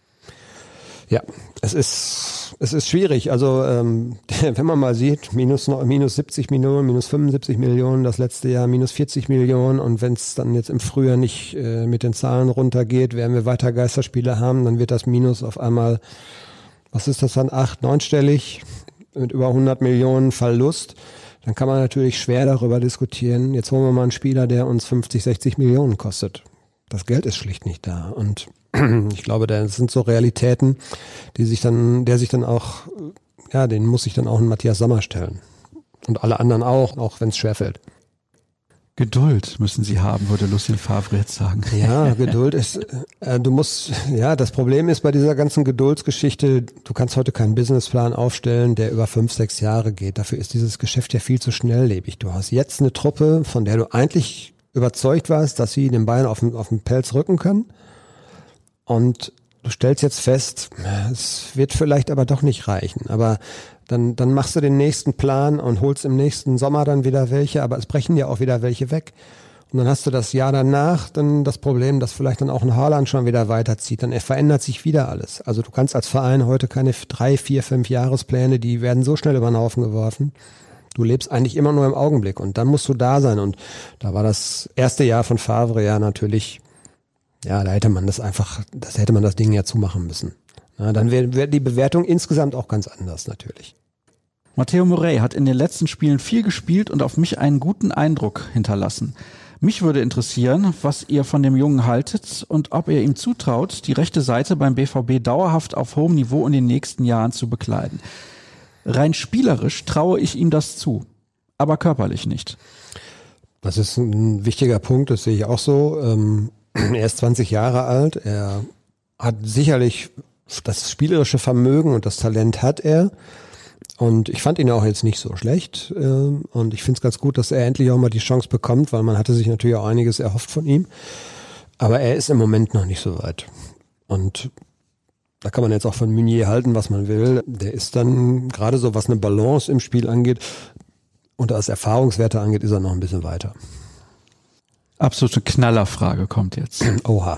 ja, es ist es ist schwierig. Also ähm, wenn man mal sieht, minus minus siebzig Millionen, minus fünfundsiebzig Millionen das letzte Jahr, minus vierzig Millionen und wenn es dann jetzt im Frühjahr nicht äh, mit den Zahlen runtergeht, werden wir weiter Geisterspiele haben, dann wird das Minus auf einmal, was ist das dann, acht, neunstellig mit über hundert Millionen Verlust. Dann kann man natürlich schwer darüber diskutieren. Jetzt holen wir mal einen Spieler, der uns fünfzig, sechzig Millionen kostet. Das Geld ist schlicht nicht da und ich glaube, das sind so Realitäten, die sich dann, der sich dann auch, ja, den muss sich dann auch ein Matthias Sammer stellen. Und alle anderen auch, auch wenn es schwerfällt. Geduld müssen sie haben, würde Lucien Favre jetzt sagen. Ja, Geduld ist, äh, du musst, ja, das Problem ist bei dieser ganzen Geduldsgeschichte, du kannst heute keinen Businessplan aufstellen, der über fünf, sechs Jahre geht. Dafür ist dieses Geschäft ja viel zu schnelllebig. Du hast jetzt eine Truppe, von der du eigentlich überzeugt warst, dass sie den Bayern auf den, auf den Pelz rücken können. Und du stellst jetzt fest, es wird vielleicht aber doch nicht reichen. Aber dann, dann machst du den nächsten Plan und holst im nächsten Sommer dann wieder welche, aber es brechen ja auch wieder welche weg. Und dann hast du das Jahr danach dann das Problem, dass vielleicht dann auch ein Haaland schon wieder weiterzieht. Dann verändert sich wieder alles. Also du kannst als Verein heute keine drei, vier, fünf Jahrespläne, die werden so schnell über den Haufen geworfen. Du lebst eigentlich immer nur im Augenblick und dann musst du da sein. Und da war das erste Jahr von Favre ja natürlich, ja, da hätte man das einfach, das hätte man das Ding ja zumachen müssen. Ja, dann wäre wär die Bewertung insgesamt auch ganz anders natürlich. Matteo Morey hat in den letzten Spielen viel gespielt und auf mich einen guten Eindruck hinterlassen. Mich würde interessieren, was ihr von dem Jungen haltet und ob ihr ihm zutraut, die rechte Seite beim B V B dauerhaft auf hohem Niveau in den nächsten Jahren zu bekleiden. Rein spielerisch traue ich ihm das zu, aber körperlich nicht. Das ist ein wichtiger Punkt, das sehe ich auch so. Ähm Er ist zwanzig Jahre alt, er hat sicherlich das spielerische Vermögen und das Talent hat er und ich fand ihn auch jetzt nicht so schlecht und ich finde es ganz gut, dass er endlich auch mal die Chance bekommt, weil man hatte sich natürlich auch einiges erhofft von ihm, aber er ist im Moment noch nicht so weit und da kann man jetzt auch von Meunier halten, was man will. Der ist dann gerade so, was eine Balance im Spiel angeht und was Erfahrungswerte angeht, ist er noch ein bisschen weiter. Absolute Knallerfrage kommt jetzt. Oha.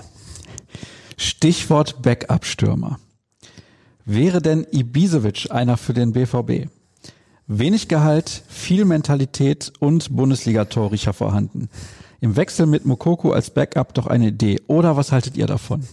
Stichwort Backup-Stürmer. Wäre denn Ibisevic einer für den B V B? Wenig Gehalt, viel Mentalität und Bundesliga-Torriecher vorhanden. Im Wechsel mit Moukoko als Backup doch eine Idee. Oder was haltet ihr davon?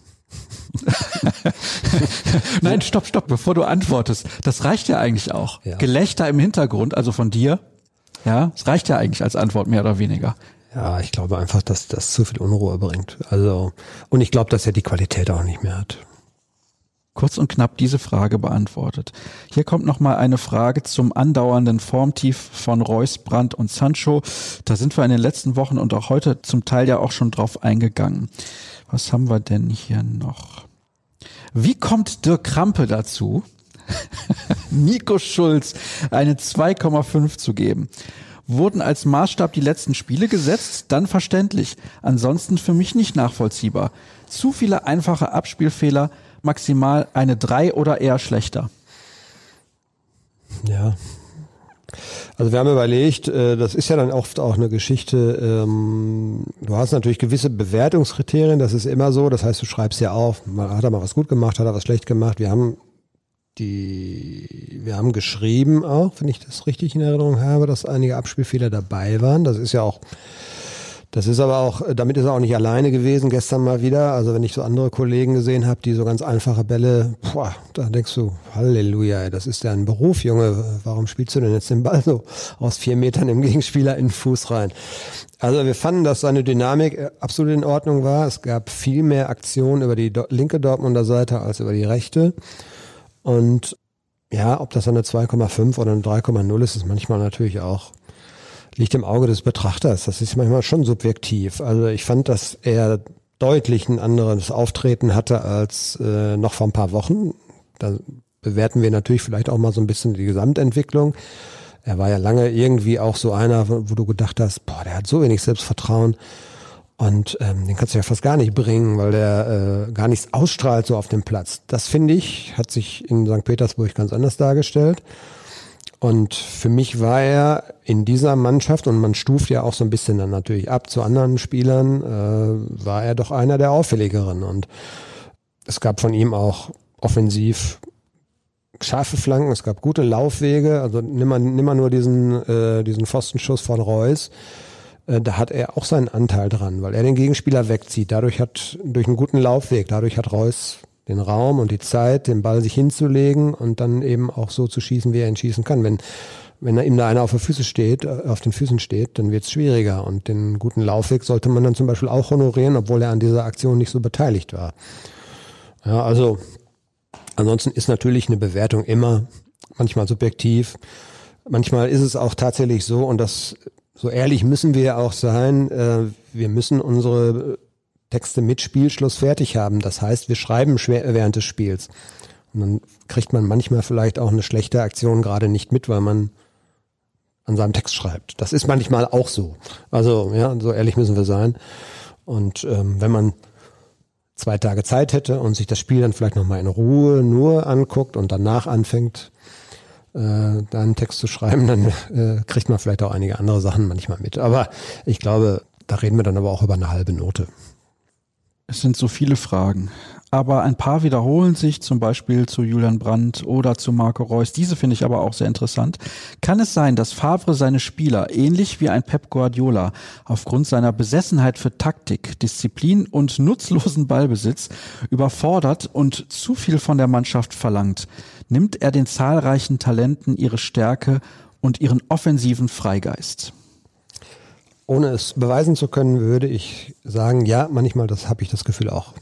Nein, stopp, stopp, bevor du antwortest. Das reicht ja eigentlich auch. Ja. Gelächter im Hintergrund, also von dir. Ja, es reicht ja eigentlich als Antwort mehr oder weniger. Ja, ich glaube einfach, dass das zu viel Unruhe bringt. Also, und ich glaube, dass er die Qualität auch nicht mehr hat. Kurz und knapp diese Frage beantwortet. Hier kommt nochmal eine Frage zum andauernden Formtief von Reus, Brandt und Sancho. Da sind wir in den letzten Wochen und auch heute zum Teil ja auch schon drauf eingegangen. Was haben wir denn hier noch? Wie kommt Dirk Krampe dazu, Nico Schulz eine zwei Komma fünf zu geben? Wurden als Maßstab die letzten Spiele gesetzt? Dann verständlich. Ansonsten für mich nicht nachvollziehbar. Zu viele einfache Abspielfehler, maximal eine drei oder eher schlechter. Ja, also wir haben überlegt, das ist ja dann oft auch eine Geschichte, du hast natürlich gewisse Bewertungskriterien, das ist immer so, das heißt, du schreibst ja auf, hat er mal was gut gemacht, hat er was schlecht gemacht, wir haben die, wir haben geschrieben auch, wenn ich das richtig in Erinnerung habe, dass einige Abspielfehler dabei waren, das ist ja auch Das ist aber auch, damit ist er auch nicht alleine gewesen, gestern mal wieder. Also wenn ich so andere Kollegen gesehen habe, die so ganz einfache Bälle, boah, da denkst du, Halleluja, das ist ja ein Beruf, Junge. Warum spielst du denn jetzt den Ball so aus vier Metern im Gegenspieler in den Fuß rein? Also wir fanden, dass seine Dynamik absolut in Ordnung war. Es gab viel mehr Aktionen über die linke Dortmunder Seite als über die rechte. Und ja, ob das eine zwei Komma fünf oder eine drei Komma null ist, ist manchmal natürlich auch liegt im Auge des Betrachters. Das ist manchmal schon subjektiv. Also ich fand, dass er deutlich ein anderes Auftreten hatte als äh, noch vor ein paar Wochen. Da bewerten wir natürlich vielleicht auch mal so ein bisschen die Gesamtentwicklung. Er war ja lange irgendwie auch so einer, wo du gedacht hast, boah, der hat so wenig Selbstvertrauen und ähm, den kannst du ja fast gar nicht bringen, weil der äh, gar nichts ausstrahlt so auf dem Platz. Das, finde ich, hat sich in Sankt Petersburg ganz anders dargestellt. Und für mich war er in dieser Mannschaft, und man stuft ja auch so ein bisschen dann natürlich ab zu anderen Spielern, äh, war er doch einer der auffälligeren. Und es gab von ihm auch offensiv scharfe Flanken, es gab gute Laufwege. Also nimm mal, nimm mal nur diesen, äh, diesen Pfostenschuss von Reus. Äh, da hat er auch seinen Anteil dran, weil er den Gegenspieler wegzieht. Dadurch hat, durch einen guten Laufweg, dadurch hat Reus den Raum und die Zeit, den Ball sich hinzulegen und dann eben auch so zu schießen, wie er ihn schießen kann. Wenn, wenn ihm da einer auf den Füßen steht, auf den Füßen steht, dann wird es schwieriger. Und den guten Laufweg sollte man dann zum Beispiel auch honorieren, obwohl er an dieser Aktion nicht so beteiligt war. Ja, also ansonsten ist natürlich eine Bewertung immer manchmal subjektiv. Manchmal ist es auch tatsächlich so, und das, so ehrlich müssen wir auch sein, äh, wir müssen unsere Texte mit Spielschluss fertig haben. Das heißt, wir schreiben schwer während des Spiels. Und dann kriegt man manchmal vielleicht auch eine schlechte Aktion gerade nicht mit, weil man an seinem Text schreibt. Das ist manchmal auch so. Also ja, so ehrlich müssen wir sein. Und ähm, wenn man zwei Tage Zeit hätte und sich das Spiel dann vielleicht nochmal in Ruhe nur anguckt und danach anfängt, äh, da einen Text zu schreiben, dann äh, kriegt man vielleicht auch einige andere Sachen manchmal mit. Aber ich glaube, da reden wir dann aber auch über eine halbe Note. Es sind so viele Fragen, aber ein paar wiederholen sich, zum Beispiel zu Julian Brandt oder zu Marco Reus. Diese finde ich aber auch sehr interessant. Kann es sein, dass Favre seine Spieler, ähnlich wie ein Pep Guardiola, aufgrund seiner Besessenheit für Taktik, Disziplin und nutzlosen Ballbesitz überfordert und zu viel von der Mannschaft verlangt? Nimmt er den zahlreichen Talenten ihre Stärke und ihren offensiven Freigeist? Ohne es beweisen zu können, würde ich sagen, ja, manchmal das habe ich das Gefühl auch.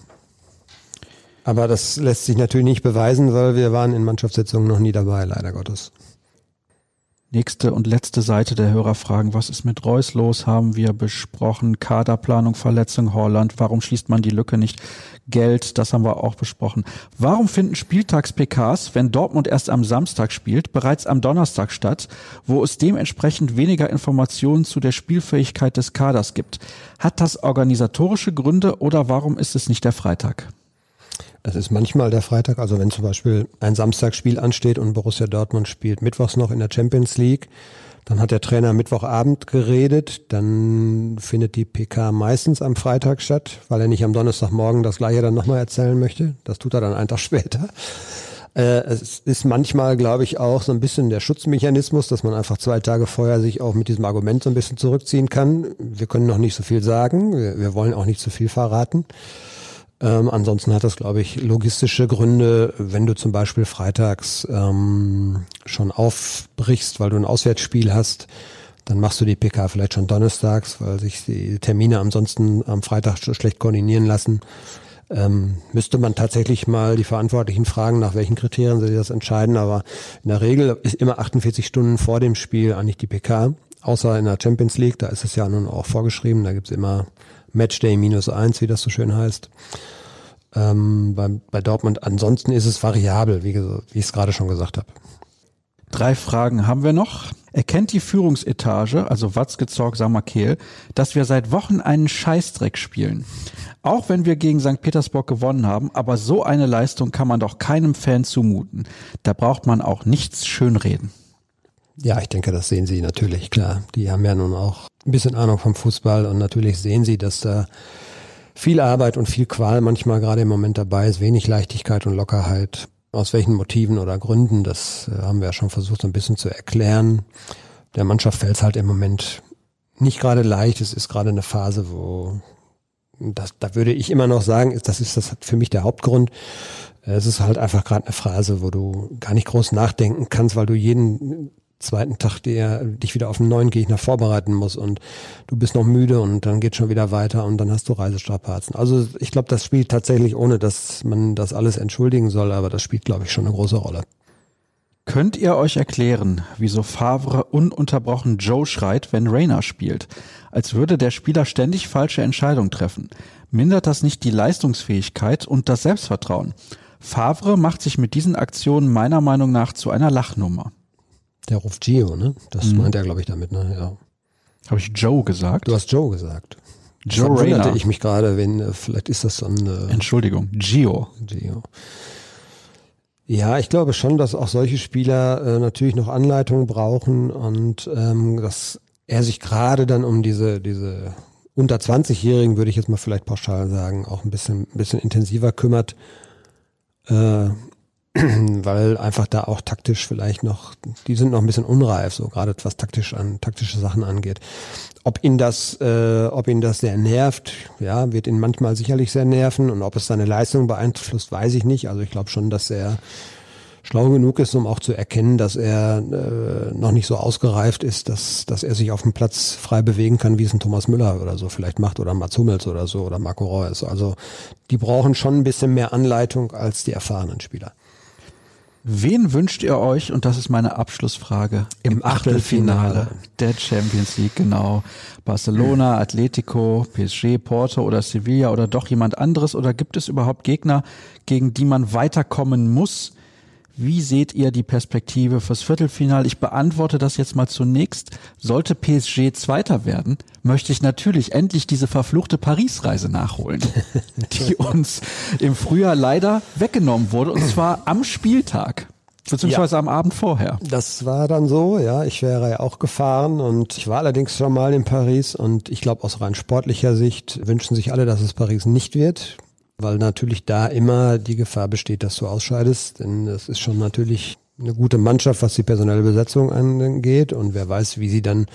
Aber das lässt sich natürlich nicht beweisen, weil wir waren in Mannschaftssitzungen noch nie dabei, leider Gottes. Nächste und letzte Seite der Hörerfragen. Was ist mit Reus los? Haben wir besprochen. Kaderplanung, Verletzung, Holland. Warum schließt man die Lücke nicht? Geld, das haben wir auch besprochen. Warum finden Spieltags-P Ks, wenn Dortmund erst am Samstag spielt, bereits am Donnerstag statt, wo es dementsprechend weniger Informationen zu der Spielfähigkeit des Kaders gibt? Hat das organisatorische Gründe oder warum ist es nicht der Freitag? Es ist manchmal der Freitag, also wenn zum Beispiel ein Samstagsspiel ansteht und Borussia Dortmund spielt mittwochs noch in der Champions League, dann hat der Trainer Mittwochabend geredet, dann findet die P K meistens am Freitag statt, weil er nicht am Donnerstagmorgen das Gleiche dann nochmal erzählen möchte. Das tut er dann einen Tag später. Äh, es ist manchmal, glaube ich, auch so ein bisschen der Schutzmechanismus, dass man einfach zwei Tage vorher sich auch mit diesem Argument so ein bisschen zurückziehen kann. Wir können noch nicht so viel sagen, wir, wir wollen auch nicht so viel verraten. Ähm, ansonsten hat das, glaube ich, logistische Gründe, wenn du zum Beispiel freitags ähm, schon aufbrichst, weil du ein Auswärtsspiel hast, dann machst du die P K vielleicht schon donnerstags, weil sich die Termine ansonsten am Freitag schlecht koordinieren lassen. Ähm, müsste man tatsächlich mal die Verantwortlichen fragen, nach welchen Kriterien sie das entscheiden, aber in der Regel ist immer achtundvierzig Stunden vor dem Spiel eigentlich die P K, außer in der Champions League, da ist es ja nun auch vorgeschrieben, da gibt's immer Matchday minus eins, wie das so schön heißt. Ähm, bei, bei Dortmund ansonsten ist es variabel, wie, wie ich es gerade schon gesagt habe. Drei Fragen haben wir noch. Erkennt die Führungsetage, also Watzke, Zorc, Sammer-Kehl, dass wir seit Wochen einen Scheißdreck spielen? Auch wenn wir gegen Sankt Petersburg gewonnen haben, aber so eine Leistung kann man doch keinem Fan zumuten. Da braucht man auch nichts schönreden. Ja, ich denke, das sehen Sie natürlich, klar. Die haben ja nun auch ein bisschen Ahnung vom Fußball und natürlich sehen Sie, dass da viel Arbeit und viel Qual manchmal gerade im Moment dabei ist, wenig Leichtigkeit und Lockerheit. Aus welchen Motiven oder Gründen, das haben wir ja schon versucht so ein bisschen zu erklären. Der Mannschaft fällt es halt im Moment nicht gerade leicht. Es ist gerade eine Phase, wo, das, da würde ich immer noch sagen, das ist das für mich der Hauptgrund. Es ist halt einfach gerade eine Phase, wo du gar nicht groß nachdenken kannst, weil du jeden zweiten Tag der dich wieder auf einen neuen Gegner vorbereiten muss und du bist noch müde und dann geht schon wieder weiter und dann hast du Reisestrapazen. Also ich glaube, das spielt tatsächlich, ohne dass man das alles entschuldigen soll, aber das spielt, glaube ich, schon eine große Rolle. Könnt ihr euch erklären, wieso Favre ununterbrochen Joe schreit, wenn Reina spielt? Als würde der Spieler ständig falsche Entscheidungen treffen. Mindert das nicht die Leistungsfähigkeit und das Selbstvertrauen? Favre macht sich mit diesen Aktionen meiner Meinung nach zu einer Lachnummer. Der ruft Gio, ne? Das mhm. meint er, glaube ich, damit, ne? Ja. Habe ich Joe gesagt? Du hast Joe gesagt. Joe Reina. Reina. Wunderte ich mich gerade, wenn, vielleicht ist das so ein... Äh, Entschuldigung, Gio. Gio. Ja, ich glaube schon, dass auch solche Spieler äh, natürlich noch Anleitungen brauchen und ähm, dass er sich gerade dann um diese diese unter zwanzigjährigen, würde ich jetzt mal vielleicht pauschal sagen, auch ein bisschen ein bisschen intensiver kümmert, äh, weil einfach da auch taktisch vielleicht noch, die sind noch ein bisschen unreif, so gerade was taktisch an taktische Sachen angeht. Ob ihn das, äh, ob ihn das sehr nervt, ja, wird ihn manchmal sicherlich sehr nerven und ob es seine Leistung beeinflusst, weiß ich nicht. Also ich glaube schon, dass er schlau genug ist, um auch zu erkennen, dass er äh, noch nicht so ausgereift ist, dass dass er sich auf dem Platz frei bewegen kann, wie es ein Thomas Müller oder so vielleicht macht oder Mats Hummels oder so oder Marco Reus. Also die brauchen schon ein bisschen mehr Anleitung als die erfahrenen Spieler. Wen wünscht ihr euch, und das ist meine Abschlussfrage, im, Im Achtelfinale, Achtelfinale der Champions League, genau? Barcelona, Atletico, P S G, Porto oder Sevilla oder doch jemand anderes? Oder gibt es überhaupt Gegner, gegen die man weiterkommen muss? Wie seht ihr die Perspektive fürs Viertelfinale? Ich beantworte das jetzt mal zunächst. Sollte P S G Zweiter werden, möchte ich natürlich endlich diese verfluchte Paris-Reise nachholen, die uns im Frühjahr leider weggenommen wurde, und zwar am Spieltag, beziehungsweise ja. am Abend vorher. Das war dann so, ja. Ich wäre ja auch gefahren und ich war allerdings schon mal in Paris und ich glaube, aus rein sportlicher Sicht wünschen sich alle, dass es Paris nicht wird. Weil natürlich da immer die Gefahr besteht, dass du ausscheidest, denn es ist schon natürlich eine gute Mannschaft, was die personelle Besetzung angeht und wer weiß, wie sie dann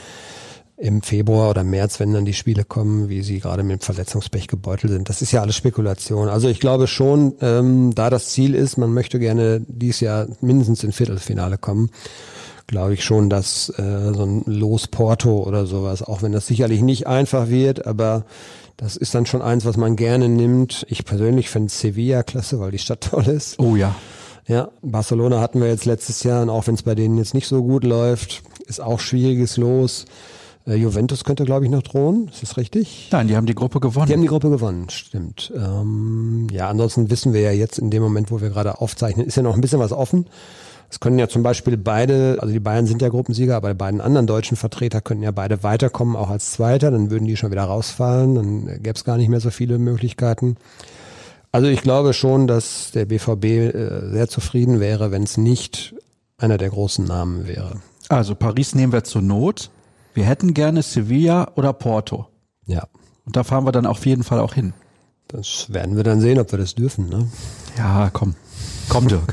im Februar oder März, wenn dann die Spiele kommen, wie sie gerade mit dem Verletzungspech gebeutelt sind. Das ist ja alles Spekulation. Also ich glaube schon, ähm, da das Ziel ist, man möchte gerne dieses Jahr mindestens ins Viertelfinale kommen, glaube ich schon, dass äh, so ein Los Porto oder sowas, auch wenn das sicherlich nicht einfach wird, aber das ist dann schon eins, was man gerne nimmt. Ich persönlich finde Sevilla klasse, weil die Stadt toll ist. Oh ja. Ja, Barcelona hatten wir jetzt letztes Jahr und auch wenn es bei denen jetzt nicht so gut läuft, ist auch schwieriges Los. Äh, Juventus könnte, glaube ich, noch drohen. Ist das richtig? Nein, die haben die Gruppe gewonnen. Die haben die Gruppe gewonnen, stimmt. Ähm, ja, ansonsten wissen wir ja jetzt in dem Moment, wo wir gerade aufzeichnen, ist ja noch ein bisschen was offen. Es können ja zum Beispiel beide, also die Bayern sind ja Gruppensieger, aber die beiden anderen deutschen Vertreter könnten ja beide weiterkommen, auch als Zweiter, dann würden die schon wieder rausfallen, dann gäbe es gar nicht mehr so viele Möglichkeiten. Also ich glaube schon, dass der B V B äh, sehr zufrieden wäre, wenn es nicht einer der großen Namen wäre. Also Paris nehmen wir zur Not. Wir hätten gerne Sevilla oder Porto. Ja. Und da fahren wir dann auf jeden Fall auch hin. Das werden wir dann sehen, ob wir das dürfen, ne? Ja, komm. Komm, Dirk.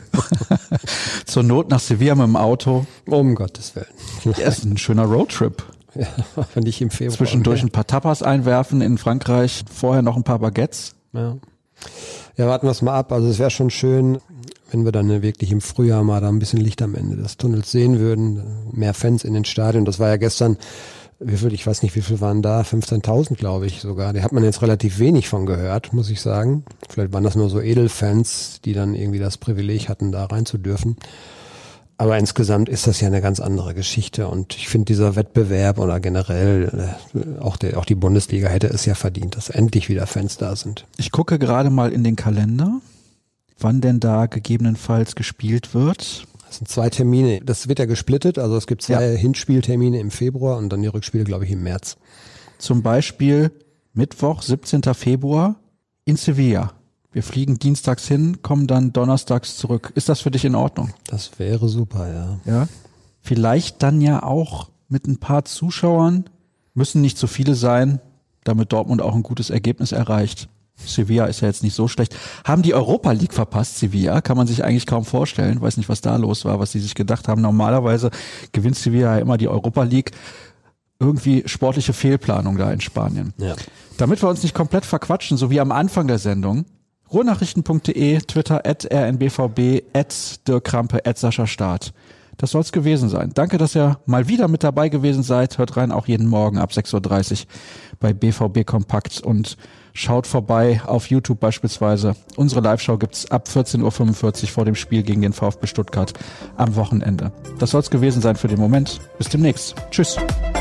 Zur Not nach Sevilla mit dem Auto. Um Gottes Willen. Ja, ist ein schöner Roadtrip. Ja, wenn ich im Februar. Zwischendurch ein paar Tapas einwerfen in Frankreich, vorher noch ein paar Baguettes. Ja, ja, warten wir es mal ab. Also es wäre schon schön, wenn wir dann wirklich im Frühjahr mal da ein bisschen Licht am Ende des Tunnels sehen würden. Mehr Fans in den Stadien. Das war ja gestern wie viel, ich weiß nicht, wie viel waren da, fünfzehntausend glaube ich sogar. Da hat man jetzt relativ wenig von gehört, muss ich sagen. Vielleicht waren das nur so Edelfans, die dann irgendwie das Privileg hatten, da rein zu dürfen. Aber insgesamt ist das ja eine ganz andere Geschichte und ich finde dieser Wettbewerb oder generell äh, auch, der, auch die Bundesliga hätte es ja verdient, dass endlich wieder Fans da sind. Ich gucke gerade mal in den Kalender, wann denn da gegebenenfalls gespielt wird. Das sind zwei Termine, das wird ja gesplittet, also es gibt zwei Ja. Hinspieltermine im Februar und dann die Rückspiele, glaube ich, im März. Zum Beispiel Mittwoch, siebzehnten Februar in Sevilla. Wir fliegen dienstags hin, kommen dann donnerstags zurück. Ist das für dich in Ordnung? Das wäre super, ja. Ja. Vielleicht dann ja auch mit ein paar Zuschauern. Müssen nicht zu viele sein, damit Dortmund auch ein gutes Ergebnis erreicht. Sevilla ist ja jetzt nicht so schlecht. Haben die Europa League verpasst, Sevilla? Kann man sich eigentlich kaum vorstellen. Weiß nicht, was da los war, was sie sich gedacht haben. Normalerweise gewinnt Sevilla ja immer die Europa League. Irgendwie sportliche Fehlplanung da in Spanien. Ja. Damit wir uns nicht komplett verquatschen, so wie am Anfang der Sendung, ruhrnachrichten punkt de, Twitter at r n b v b, at Dirk Krampe, at Sascha Staat. Das soll's gewesen sein. Danke, dass ihr mal wieder mit dabei gewesen seid. Hört rein, auch jeden Morgen ab sechs Uhr dreißig bei B V B Kompakt und schaut vorbei auf YouTube beispielsweise. Unsere Live-Show gibt's ab vierzehn Uhr fünfundvierzig vor dem Spiel gegen den VfB Stuttgart am Wochenende. Das soll's gewesen sein für den Moment. Bis demnächst. Tschüss.